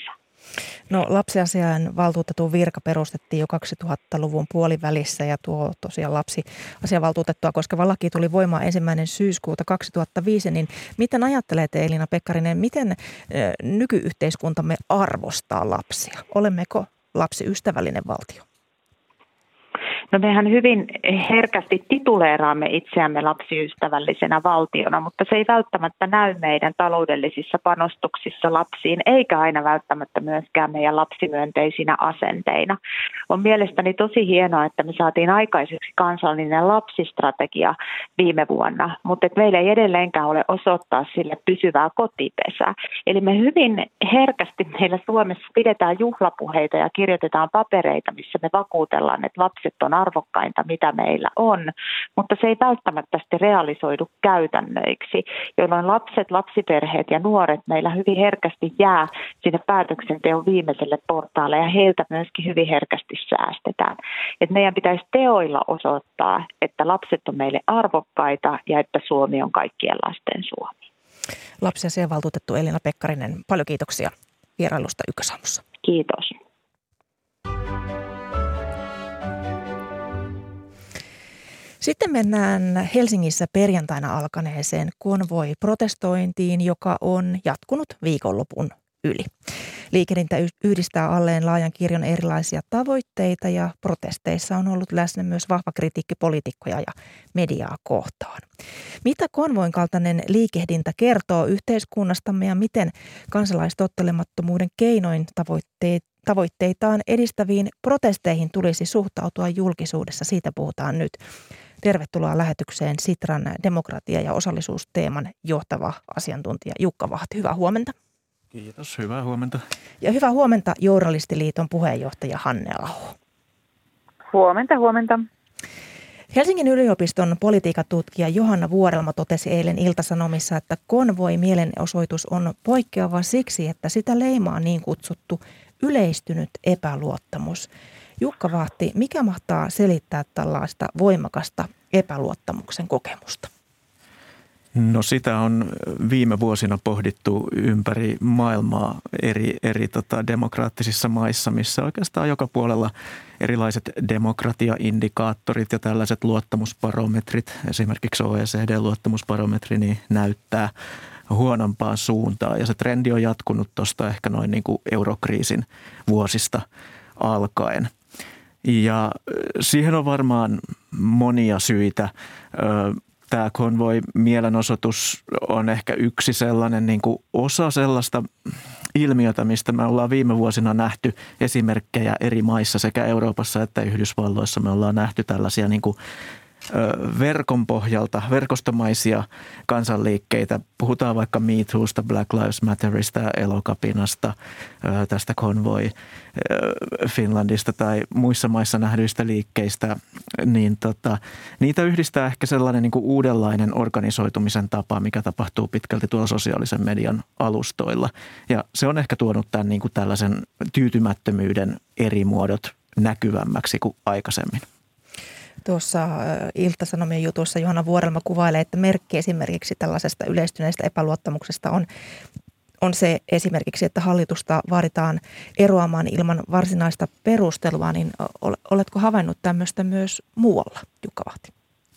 No lapsiasiain valtuutetun virka perustettiin jo 2000-luvun puolivälissä ja tuo tosiaan lapsiasiavaltuutettua koskeva laki tuli voimaan 1. syyskuuta 2005. Niin miten ajattelette, Elina Pekkarinen, miten nykyyhteiskuntamme arvostaa lapsia? Olemmeko lapsiystävällinen valtio?
No mehän hyvin herkästi tituleeraamme itseämme lapsiystävällisenä valtiona, mutta se ei välttämättä näy meidän taloudellisissa panostuksissa lapsiin, eikä aina välttämättä myöskään meidän lapsimyönteisinä asenteina. On mielestäni tosi hienoa, että me saatiin aikaiseksi kansallinen lapsistrategia viime vuonna, mutta meillä ei edelleenkään ole osoittaa sille pysyvää kotipesää. Eli me hyvin herkästi meillä Suomessa pidetään juhlapuheita ja kirjoitetaan papereita, missä me vakuutellaan, että lapset on arvokkainta, mitä meillä on, mutta se ei välttämättä sitten realisoidu käytännöiksi, jolloin lapset, lapsiperheet ja nuoret meillä hyvin herkästi jää sinne päätöksenteon viimeiselle portaalle ja heiltä myöskin hyvin herkästi säästetään. Et meidän pitäisi teoilla osoittaa, että lapset on meille arvokkaita ja että Suomi on kaikkien lasten Suomi.
Lapsiasiavaltuutettu Elina Pekkarinen, paljon kiitoksia vierailusta Ykkösaamussa.
Kiitos.
Sitten mennään Helsingissä perjantaina alkaneeseen konvoi-protestointiin, joka on jatkunut viikonlopun yli. Liikehdintä yhdistää alleen laajan kirjon erilaisia tavoitteita ja protesteissa on ollut läsnä myös vahva kritiikki poliitikkoja ja mediaa kohtaan. Mitä konvoin kaltainen liikehdintä kertoo yhteiskunnastamme ja miten kansalaistottelemattomuuden keinoin tavoitteitaan edistäviin protesteihin tulisi suhtautua julkisuudessa? Siitä puhutaan nyt. Tervetuloa lähetykseen Sitran demokratia- ja osallisuusteeman johtava asiantuntija Jukka Vahti. Hyvää huomenta.
Kiitos, hyvää huomenta.
Ja hyvää huomenta Journalistiliiton puheenjohtaja Hanne Aho.
Huomenta.
Helsingin yliopiston politiikatutkija Johanna Vuorelma totesi eilen Ilta-Sanomissa, että konvoi-mielenosoitus on poikkeava siksi, että sitä leimaa niin kutsuttu yleistynyt epäluottamus. Jukka Vahti, mikä mahtaa selittää tällaista voimakasta epäluottamuksen kokemusta?
No sitä on viime vuosina pohdittu ympäri maailmaa eri demokraattisissa maissa, missä oikeastaan joka puolella erilaiset demokratiaindikaattorit ja tällaiset luottamusbarometrit, esimerkiksi OECD-luottamusbarometri, niin näyttää huonompaan suuntaan. Ja se trendi on jatkunut tuosta ehkä noin niin kuin eurokriisin vuosista alkaen. Ja siihen on varmaan monia syitä. Tämä konvoi-mielenosoitus on ehkä yksi sellainen niin kuin osa sellaista ilmiötä, mistä me ollaan viime vuosina nähty esimerkkejä eri maissa sekä Euroopassa että Yhdysvalloissa. Me ollaan nähty tällaisia niin kuin verkon pohjalta, verkostomaisia kansanliikkeitä. Puhutaan vaikka Me Toosta, Black Lives Matterista, Elokapinasta, tästä Konvoi Finlandista tai muissa maissa nähdyistä liikkeistä. Niin niitä yhdistää ehkä sellainen niin kuin uudenlainen organisoitumisen tapa, mikä tapahtuu pitkälti tuolla sosiaalisen median alustoilla. Ja se on ehkä tuonut tämän niin kuin tällaisen tyytymättömyyden eri muodot näkyvämmäksi kuin aikaisemmin.
Tuossa Ilta-Sanomien jutussa Johanna Vuorelma kuvailee, että merkki esimerkiksi tällaisesta yleistyneestä epäluottamuksesta on se esimerkiksi, että hallitusta vaaditaan eroamaan ilman varsinaista perustelua. Niin oletko havainnut tämmöistä myös muualla, Jukka Vahti?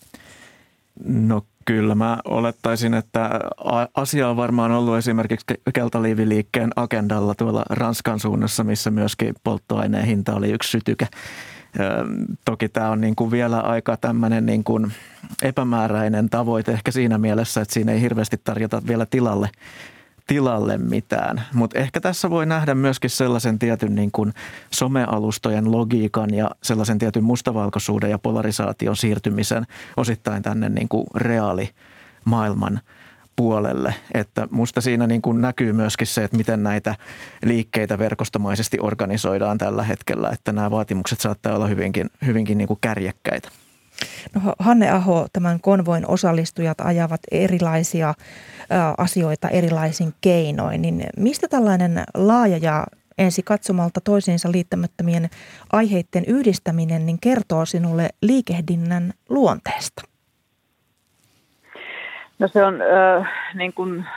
No kyllä mä olettaisin, että asia on varmaan ollut esimerkiksi keltaliiviliikkeen agendalla tuolla Ranskan suunnassa, missä myöskin polttoaineen hinta oli yksi sytyke. Toki tämä on niin kuin vielä aika tämmöinen niin kuin epämääräinen tavoite ehkä siinä mielessä, että siinä ei hirveästi tarjota vielä tilalle mitään. Mutta ehkä tässä voi nähdä myöskin sellaisen tietyn niin kuin somealustojen logiikan ja sellaisen tietyn mustavalkoisuuden ja polarisaation siirtymisen osittain tänne niin kuin reaalimaailman puolelle. Että musta siinä niin kuin näkyy myöskin se, että miten näitä liikkeitä verkostomaisesti organisoidaan tällä hetkellä, että nämä vaatimukset saattaa olla hyvinkin niin kuin kärjekkäitä.
No, Hanne Aho, tämän konvoin osallistujat ajavat erilaisia asioita erilaisin keinoin, niin mistä tällainen laaja ja ensi katsomalta toisiinsa liittämättömien aiheiden yhdistäminen niin kertoo sinulle liikehdinnän luonteesta?
No se on niin kuin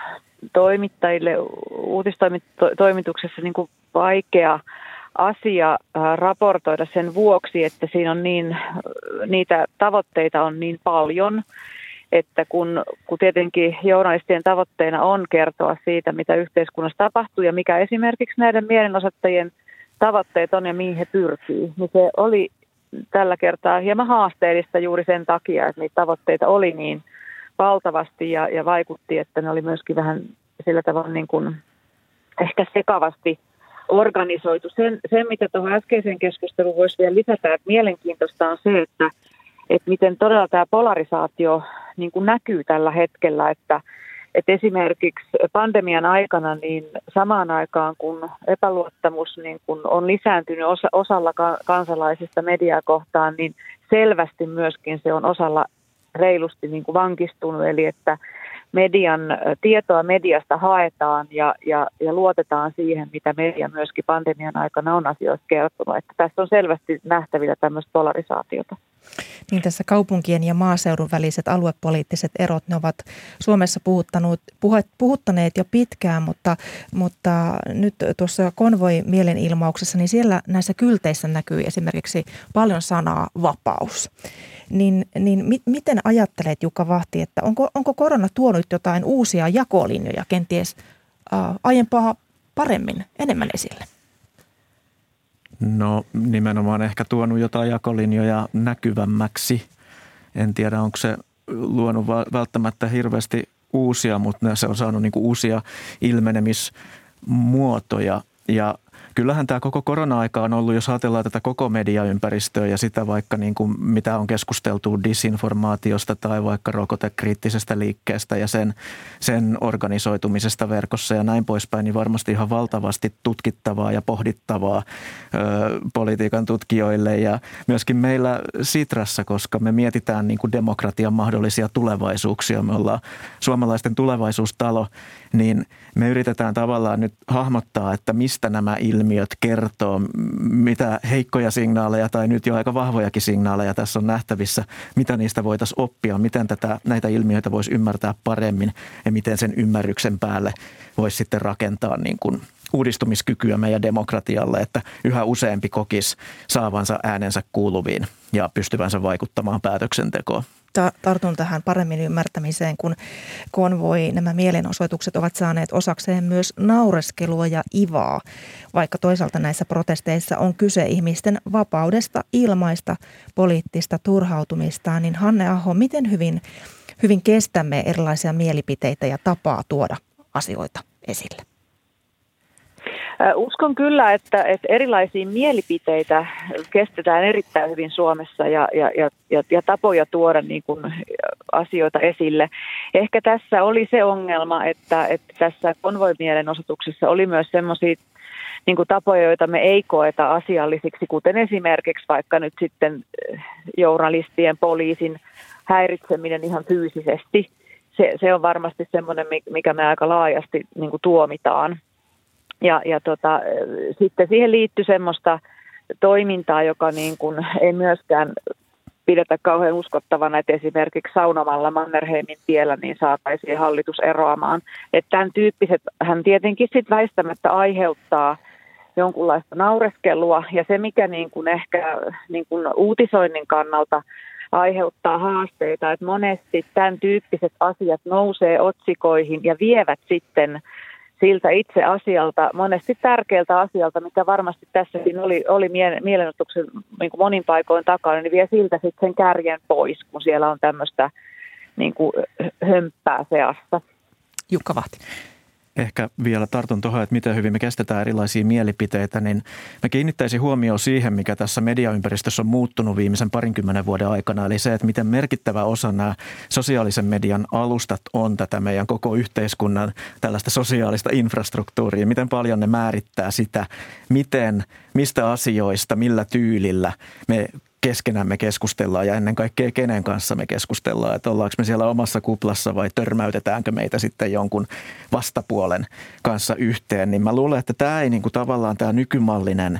toimittajille uutistoimituksessa niin kuin vaikea asia raportoida sen vuoksi, että siinä on niitä tavoitteita on niin paljon, että kun tietenkin journalistien tavoitteena on kertoa siitä, mitä yhteiskunnassa tapahtuu ja mikä esimerkiksi näiden mielenosoittajien tavoitteet on ja mihin he pyrkii, niin se oli tällä kertaa hieman haasteellista juuri sen takia, että niitä tavoitteita oli niin valtavasti ja vaikutti, että ne oli myöskin vähän sillä tavalla niin kuin ehkä sekavasti organisoitu. Sen mitä tuohon äskeiseen keskusteluun voisi vielä lisätä, että mielenkiintoista on se, että miten todella tämä polarisaatio niin kuin näkyy tällä hetkellä, että esimerkiksi pandemian aikana niin samaan aikaan kun epäluottamus niin kun on lisääntynyt osalla kansalaisista mediaa kohtaan, niin selvästi myöskin se on osalla reilusti niin kuin vankistunut, eli että tietoa mediasta haetaan ja luotetaan siihen, mitä media myöskin pandemian aikana on asioista kertonut. Että tässä on selvästi nähtävillä tämmöistä polarisaatiota.
Niin tässä kaupunkien ja maaseudun väliset aluepoliittiset erot, ne ovat Suomessa puhuttaneet jo pitkään, mutta nyt tuossa konvoi-mielenilmauksessa, niin siellä näissä kylteissä näkyy esimerkiksi paljon sanaa vapaus. Miten ajattelet, Jukka Vahti, että onko korona tuonut jotain uusia jakolinjoja kenties aiempaa paremmin, enemmän esille?
No nimenomaan ehkä tuonut jotain jakolinjoja näkyvämmäksi. En tiedä, onko se luonut välttämättä hirveästi uusia, mutta se on saanut niinku uusia ilmenemismuotoja. Ja kyllähän tämä koko korona-aika on ollut, jos ajatellaan tätä koko mediaympäristöä ja sitä vaikka niin kuin mitä on keskusteltu disinformaatiosta tai vaikka rokotekriittisestä liikkeestä ja sen organisoitumisesta verkossa ja näin poispäin, niin varmasti ihan valtavasti tutkittavaa ja pohdittavaa politiikan tutkijoille ja myöskin meillä Sitrassa, koska me mietitään niin kuin demokratian mahdollisia tulevaisuuksia. Me ollaan suomalaisten tulevaisuustalo, niin me yritetään tavallaan nyt hahmottaa, että mistä nämä ilmiöt kertoo, mitä heikkoja signaaleja tai nyt jo aika vahvojakin signaaleja tässä on nähtävissä, mitä niistä voitaisiin oppia, miten näitä ilmiöitä voisi ymmärtää paremmin ja miten sen ymmärryksen päälle voisi sitten rakentaa niin kuin uudistumiskykyä meidän demokratialle, että yhä useampi kokisi saavansa äänensä kuuluviin ja pystyvänsä vaikuttamaan päätöksentekoon.
Tartun tähän paremmin ymmärtämiseen, kun nämä mielenosoitukset ovat saaneet osakseen myös naureskelua ja ivaa, vaikka toisaalta näissä protesteissa on kyse ihmisten vapaudesta ilmaista poliittista turhautumistaan, niin Hanne Aho, miten hyvin kestämme erilaisia mielipiteitä ja tapaa tuoda asioita esille?
Uskon kyllä, että erilaisia mielipiteitä kestetään erittäin hyvin Suomessa ja tapoja tuoda niin kuin asioita esille. Ehkä tässä oli se ongelma, että tässä konvoimielenosoituksessa oli myös semmoisia niin kuin tapoja, joita me ei koeta asiallisiksi, kuten esimerkiksi vaikka nyt sitten journalistien, poliisin häiritseminen ihan fyysisesti. Se on varmasti semmoinen, mikä me aika laajasti niin kuin tuomitaan. Ja sitten siihen liittyy semmoista toimintaa, joka niin kuin ei myöskään pidetä kauhean uskottavana, että esimerkiksi saunomalla Mannerheimin tiellä niin saataisiin hallitus eroamaan. Että tämän tyyppiset hän tietenkin sitten väistämättä aiheuttaa jonkunlaista naureskelua ja se, mikä niin kuin ehkä niin kuin uutisoinnin kannalta aiheuttaa haasteita, että monesti tämän tyyppiset asiat nousee otsikoihin ja vievät sitten siltä itse asialta, monesti tärkeältä asialta, mikä varmasti tässäkin oli mielenosoituksen niin kuin monin paikoin takana, niin vie siltä sitten sen kärjen pois, kun siellä on tämmöistä niin kuin hömppää seassa.
Jukka Vahti.
Ehkä vielä tartun tuohon, että miten hyvin me kestetään erilaisia mielipiteitä, niin mä kiinnittäisin huomioon siihen, mikä tässä mediaympäristössä on muuttunut viimeisen 20 vuoden aikana. Eli se, että miten merkittävä osa nämä sosiaalisen median alustat on tätä meidän koko yhteiskunnan tällaista sosiaalista infrastruktuuria. Miten paljon ne määrittää sitä, mistä asioista, millä tyylillä me keskenämme keskustellaan ja ennen kaikkea kenen kanssa me keskustellaan, että ollaanko me siellä omassa kuplassa vai törmäytetäänkö meitä sitten jonkun vastapuolen kanssa yhteen, niin mä luulen, että tämä ei niin kuin tavallaan tämä nykymallinen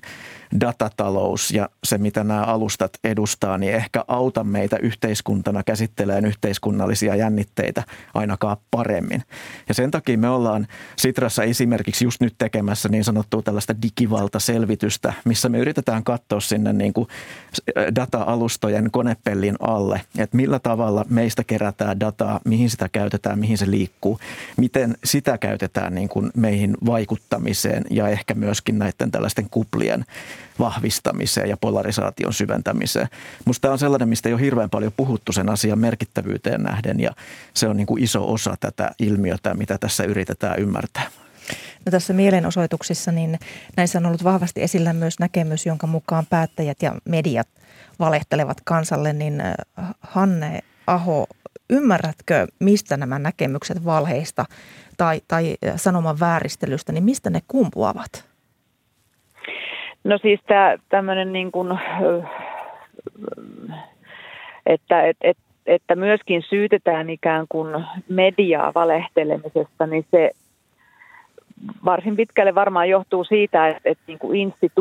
datatalous ja se, mitä nämä alustat edustaa, niin ehkä auta meitä yhteiskuntana käsittelemään yhteiskunnallisia jännitteitä ainakaan paremmin. Ja sen takia me ollaan Sitrassa esimerkiksi just nyt tekemässä niin sanottua tällaista digivaltaselvitystä, missä me yritetään katsoa sinne niin kuin data-alustojen konepellin alle, että millä tavalla meistä kerätään dataa, mihin sitä käytetään, mihin se liikkuu, miten sitä käytetään niin kuin meihin vaikuttamiseen ja ehkä myöskin näiden tällaisten kuplien vahvistamiseen ja polarisaation syventämiseen. Musta tämä on sellainen, mistä ei ole hirveän paljon puhuttu sen asian merkittävyyteen nähden ja se on niin kuin iso osa tätä ilmiötä, mitä tässä yritetään ymmärtää.
No tässä mielenosoituksissa, niin näissä on ollut vahvasti esillä myös näkemys, jonka mukaan päättäjät ja mediat valehtelevat kansalle, niin Hanne Aho, ymmärrätkö, mistä nämä näkemykset valheista tai sanoman vääristelystä, niin mistä ne kumpuavat?
No siis tämmöinen niin kuin, että myöskin syytetään ikään kuin mediaa valehtelemisesta, niin se varsin pitkälle varmaan johtuu siitä, että niin kuin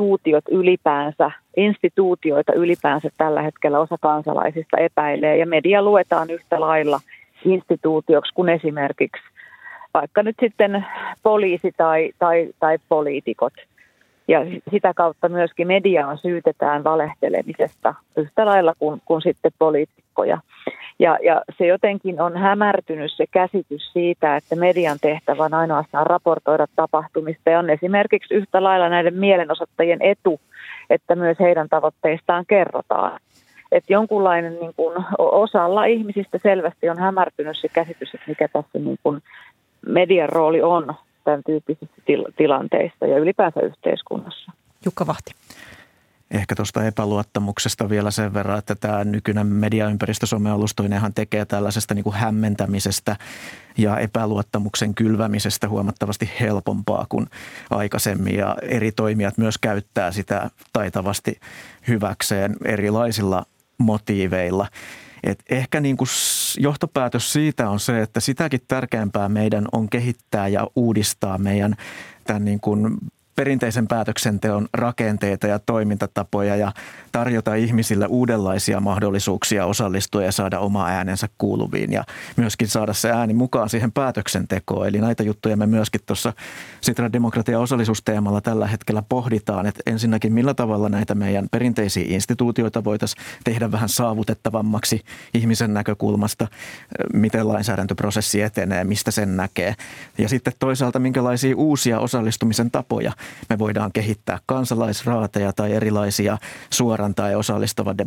instituutioita ylipäänsä tällä hetkellä osa kansalaisista epäilee ja media luetaan yhtä lailla instituutioksi kuin esimerkiksi vaikka nyt sitten poliisi tai poliitikot. Ja sitä kautta myöskin mediaa syytetään valehtelemisesta yhtä lailla kuin sitten poliitikkoja. Ja se jotenkin on hämärtynyt se käsitys siitä, että median tehtävä on ainoastaan raportoida tapahtumista ja on esimerkiksi yhtä lailla näiden mielenosoittajien etu, että myös heidän tavoitteistaan kerrotaan. Että jonkunlainen niin kuin osalla ihmisistä selvästi on hämärtynyt se käsitys, että mikä tässä niin kuin median rooli on tämän tyyppisissä tilanteissa ja ylipäänsä yhteiskunnassa.
Jukka Vahti.
Ehkä tuosta epäluottamuksesta vielä sen verran, että tämä nykyinen mediaympäristö somealustoinenhan tekee tällaisesta niin kuin hämmentämisestä ja epäluottamuksen kylvämisestä huomattavasti helpompaa kuin aikaisemmin. Ja eri toimijat myös käyttää sitä taitavasti hyväkseen erilaisilla motiiveilla. Et ehkä niin kuin johtopäätös siitä on se, että sitäkin tärkeämpää meidän on kehittää ja uudistaa meidän tämän niin kuin perinteisen päätöksenteon rakenteita ja toimintatapoja ja tarjota ihmisille uudenlaisia mahdollisuuksia osallistua ja saada oma äänensä kuuluviin ja myöskin saada se ääni mukaan siihen päätöksentekoon. Eli näitä juttuja me myöskin tuossa Sitran demokratia- ja osallisuusteemalla tällä hetkellä pohditaan, että ensinnäkin millä tavalla näitä meidän perinteisiä instituutioita voitaisiin tehdä vähän saavutettavammaksi ihmisen näkökulmasta, miten lainsäädäntöprosessi etenee, mistä sen näkee. Ja sitten toisaalta minkälaisia uusia osallistumisen tapoja me voidaan kehittää kansalaisraateja tai erilaisia suoran tai osallistavan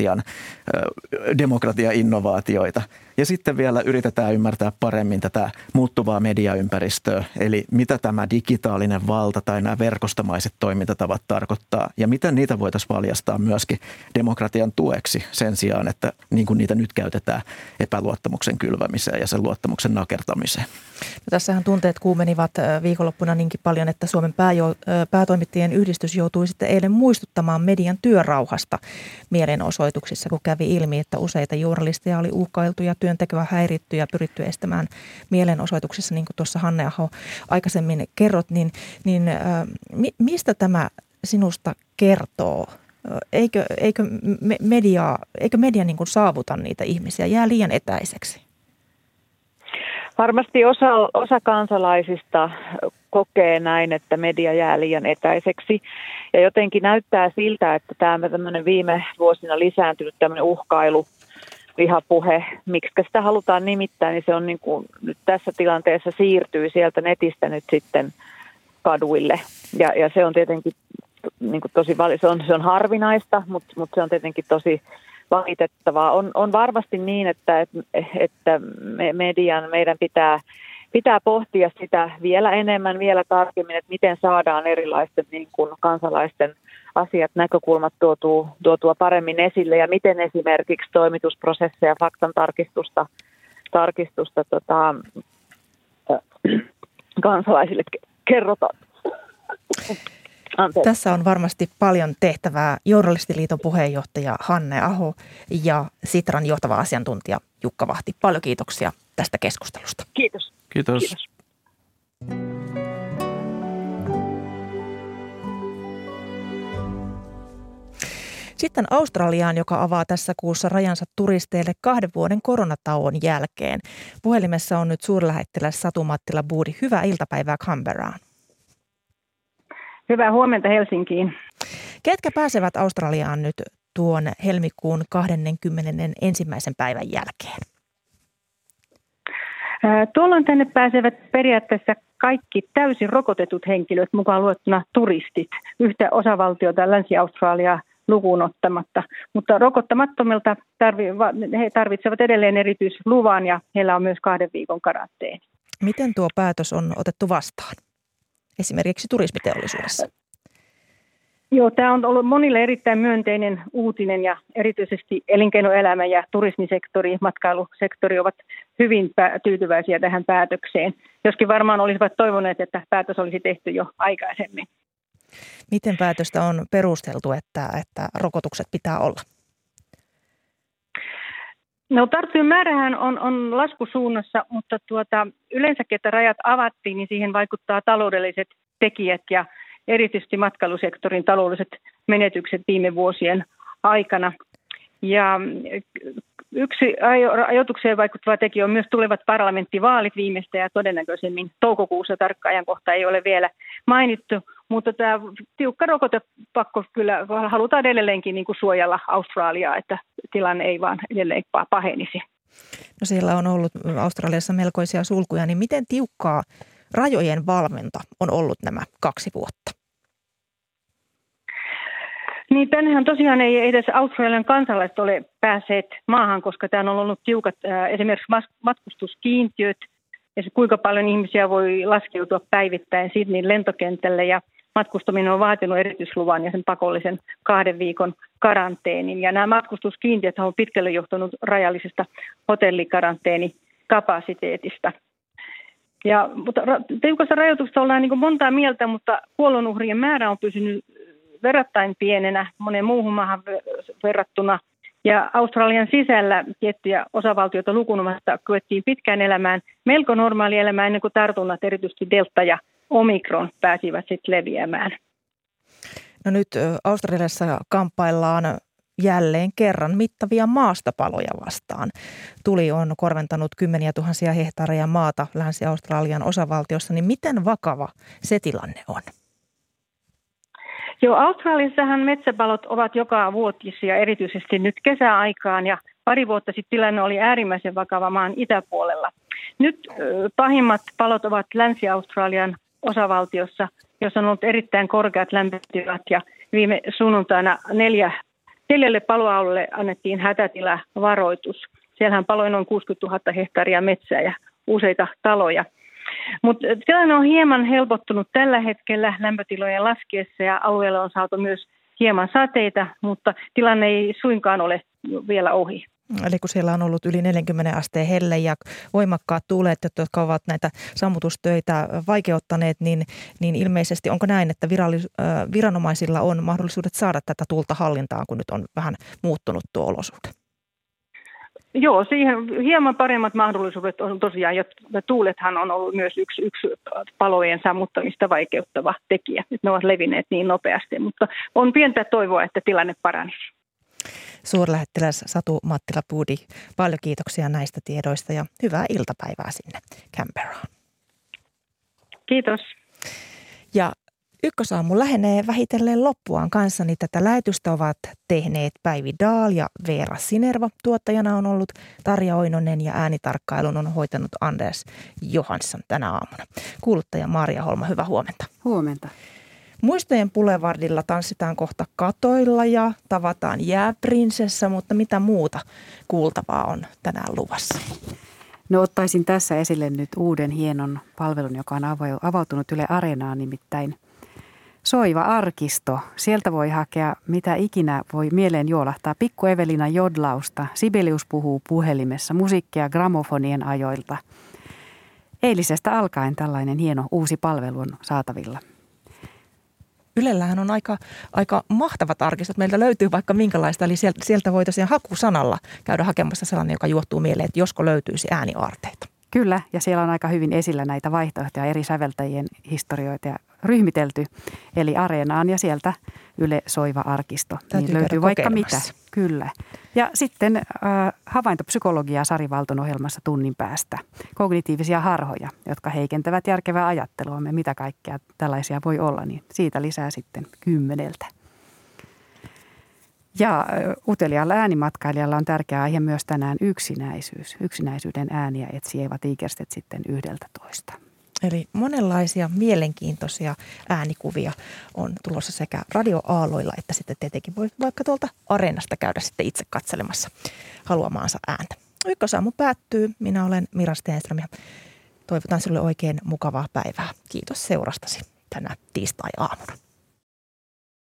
demokratia-innovaatioita. Ja sitten vielä yritetään ymmärtää paremmin tätä muuttuvaa mediaympäristöä, eli mitä tämä digitaalinen valta tai nämä verkostomaiset toimintatavat tarkoittaa ja miten niitä voitaisiin valjastaa myöskin demokratian tueksi sen sijaan, että niin kuin niitä nyt käytetään epäluottamuksen kylvämiseen ja sen luottamuksen nakertamiseen.
No tässähän tunteet kuumenivat viikonloppuna niinkin paljon, että Suomen päätoimittajien yhdistys joutui sitten eilen muistuttamaan median työrauhasta mielenosoituksissa, kun kävi ilmi, että useita journalisteja oli uhkailtu ja työntekoa häiritty ja pyritty estämään mielenosoituksissa, niin kuin tuossa Hanne Aho aikaisemmin kerrot, niin mistä tämä sinusta kertoo? Eikö media niin kuin saavuta niitä ihmisiä, jää liian etäiseksi? Varmasti osa kansalaisista kokee näin, että media jää liian etäiseksi. Ja jotenkin näyttää siltä, että tämä tämmöinen viime vuosina lisääntynyt tämmöinen uhkailu, vihapuhe, miksi sitä halutaan nimittää, niin se on niin kuin nyt tässä tilanteessa siirtyy sieltä netistä nyt sitten kaduille. Ja se on tietenkin niin kuin se on harvinaista, mutta se on tietenkin tosi valitettavaa. On varmasti niin, että meidän pitää pohtia sitä vielä enemmän, vielä tarkemmin, että miten saadaan erilaisten niin kuin kansalaisten asiat, näkökulmat tuotua paremmin esille ja miten esimerkiksi toimitusprosesseja, faktan tarkistusta kansalaisille kerrotaan. Anteeksi. Tässä on varmasti paljon tehtävää. Journalistiliiton puheenjohtaja Hanne Aho ja Sitran johtava asiantuntija Jukka Vahti. Paljon kiitoksia tästä keskustelusta.
Kiitos.
Kiitos.
Sitten Australiaan, joka avaa tässä kuussa rajansa turisteille 2 vuoden koronatauon jälkeen. Puhelimessa on nyt suurlähettiläs Satu Mattila Buudi. Hyvää iltapäivää Canberraan.
Hyvää huomenta Helsinkiin.
Ketkä pääsevät Australiaan nyt tuon helmikuun 21. päivän jälkeen?
Tuolloin tänne pääsevät periaatteessa kaikki täysin rokotetut henkilöt, mukaan luettuna turistit, yhtä osavaltiota Länsi-Australiaa lukuun ottamatta. Mutta rokottamattomilta he tarvitsevat edelleen erityisluvan ja heillä on myös 2 viikon karanteeni.
Miten tuo päätös on otettu vastaan? Esimerkiksi turismiteollisuudessa.
Joo, tämä on ollut monille erittäin myönteinen uutinen ja erityisesti elinkeinoelämä ja turismisektori, matkailusektori ovat hyvin tyytyväisiä tähän päätökseen. Joskin varmaan olisivat toivoneet, että päätös olisi tehty jo aikaisemmin.
Miten päätöstä on perusteltu, että rokotukset pitää olla?
No tartuntojen määrähän on laskusuunnassa, mutta yleensäkin, että rajat avattiin, niin siihen vaikuttaa taloudelliset tekijät ja erityisesti matkailusektorin taloudelliset menetykset viime vuosien aikana. Ja yksi ajoitukseen vaikuttava tekijä on myös tulevat parlamenttivaalit viimeistä ja todennäköisemmin toukokuussa, tarkka ajankohta ei ole vielä mainittu, mutta tämä tiukka rokotepakko kyllä halutaan edelleenkin niin kuin suojella Australiaa, että tilanne ei vaan edelleen pahenisi.
No siellä on ollut Australiassa melkoisia sulkuja, niin miten tiukkaa rajojen valvonta on ollut nämä 2 vuotta?
Niin tännehän tosiaan ei edes Australian kansalaiset ole päässeet maahan, koska täällä on ollut tiukat esimerkiksi matkustuskiintiöt ja kuinka paljon ihmisiä voi laskeutua päivittäin Sydneyn lentokentälle ja matkustaminen on vaatinut erityisluvan ja sen pakollisen 2 viikon karanteenin. Ja nämä matkustuskiintiöt on pitkälle johtanut rajallisesta hotellikaranteenikapasiteetista. Mutta tiukassa rajoituksessa ollaan niin montaa mieltä, mutta kuolonuhrien määrä on pysynyt verrattain pienenä moneen muuhun maahan verrattuna. Ja Australian sisällä tiettyjä osavaltioita lukunomatta kyettiin pitkään elämään melko normaali elämää ennen kuin tartunnat, erityisesti Delta ja Omikron, pääsivät sitten leviämään.
No nyt Australiassa kamppaillaan jälleen kerran mittavia maastopaloja vastaan. Tuli on korventanut 10 000 hehtaareja maata Länsi-Australian osavaltiossa, niin miten vakava se tilanne on?
Joo, Australiassahan metsäpalot ovat joka vuotisia, erityisesti nyt kesäaikaan, ja pari vuotta sitten tilanne oli äärimmäisen vakava maan itäpuolella. Nyt pahimmat palot ovat Länsi-Australian osavaltiossa, jossa on ollut erittäin korkeat lämpötilat, ja viime sunnuntaina 4 paloalueelle annettiin hätätilavaroitus. Siellähän paloi noin 60 000 hehtaaria metsää ja useita taloja. Mutta tilanne on hieman helpottunut tällä hetkellä lämpötilojen laskiessa ja alueella on saatu myös hieman sateita, mutta tilanne ei suinkaan ole vielä ohi.
Eli kun siellä on ollut yli 40 asteen helle ja voimakkaat tuulet, jotka ovat näitä sammutustöitä vaikeuttaneet, niin ilmeisesti onko näin, että viranomaisilla on mahdollisuudet saada tätä tuulta hallintaan, kun nyt on vähän muuttunut tuo olosuhde?
Joo, siihen hieman paremmat mahdollisuudet on tosiaan, ja tuulethan on ollut myös yksi palojen sammuttamista vaikeuttava tekijä. Ne ovat levinneet niin nopeasti, mutta on pientä toivoa, että tilanne paranisi.
Suurlähettiläs Satu Mattila Buudi, paljon kiitoksia näistä tiedoista ja hyvää iltapäivää sinne Canberraan.
Kiitos.
Ja Ykkösaamu lähenee vähitellen loppuaan kanssani. Tätä lähetystä ovat tehneet Päivi Dahl ja Veera Sinerva. Tuottajana on ollut Tarja Oinonen ja äänitarkkailun on hoitanut Anders Johansson tänä aamuna. Kuuluttaja Maria Holma, hyvää huomenta.
Huomenta.
Muistojen Boulevardilla tanssitaan kohta katoilla ja tavataan jääprinsessa, mutta mitä muuta kuultavaa on tänään luvassa?
No ottaisin tässä esille nyt uuden hienon palvelun, joka on avautunut Yle Areenaan, nimittäin Soiva arkisto. Sieltä voi hakea mitä ikinä voi mieleen juolahtaa. Pikku Evelina jodlausta, Sibelius puhuu puhelimessa, musiikkia gramofonien ajoilta. Eilisestä alkaen tällainen hieno uusi palvelu on saatavilla.
Ylellähän on aika mahtavat arkistot. Meiltä löytyy vaikka minkälaista, eli sieltä voi tosiaan hakusanalla käydä hakemassa sellainen, joka juottuu mieleen, että josko löytyisi ääniaarteita.
Kyllä, ja siellä on aika hyvin esillä näitä vaihtoehtoja, eri säveltäjien historioita ja ryhmitelty. Eli Areenaan ja sieltä Yle Soiva arkisto.
Täytyy
niin löytyy vaikka mitä. Kyllä. Ja sitten havaintopsykologiaa Sari Valton ohjelmassa tunnin päästä. Kognitiivisia harhoja, jotka heikentävät järkevää ajatteluamme. Mitä kaikkea tällaisia voi olla, niin siitä lisää sitten 10. Ja uteliaalla äänimatkailijalla on tärkeä aihe myös tänään yksinäisyys. Yksinäisyyden ääniä etsii Eeva Tigerstedt sitten 11.
Eli monenlaisia mielenkiintoisia äänikuvia on tulossa sekä radioaalloilla että sitten tietenkin voi vaikka tuolta Areenasta käydä sitten itse katselemassa haluamaansa ääntä. Ykkösaamu päättyy. Minä olen Mira Stenström ja toivotan sinulle oikein mukavaa päivää. Kiitos seurastasi tänä tiistai-aamuna.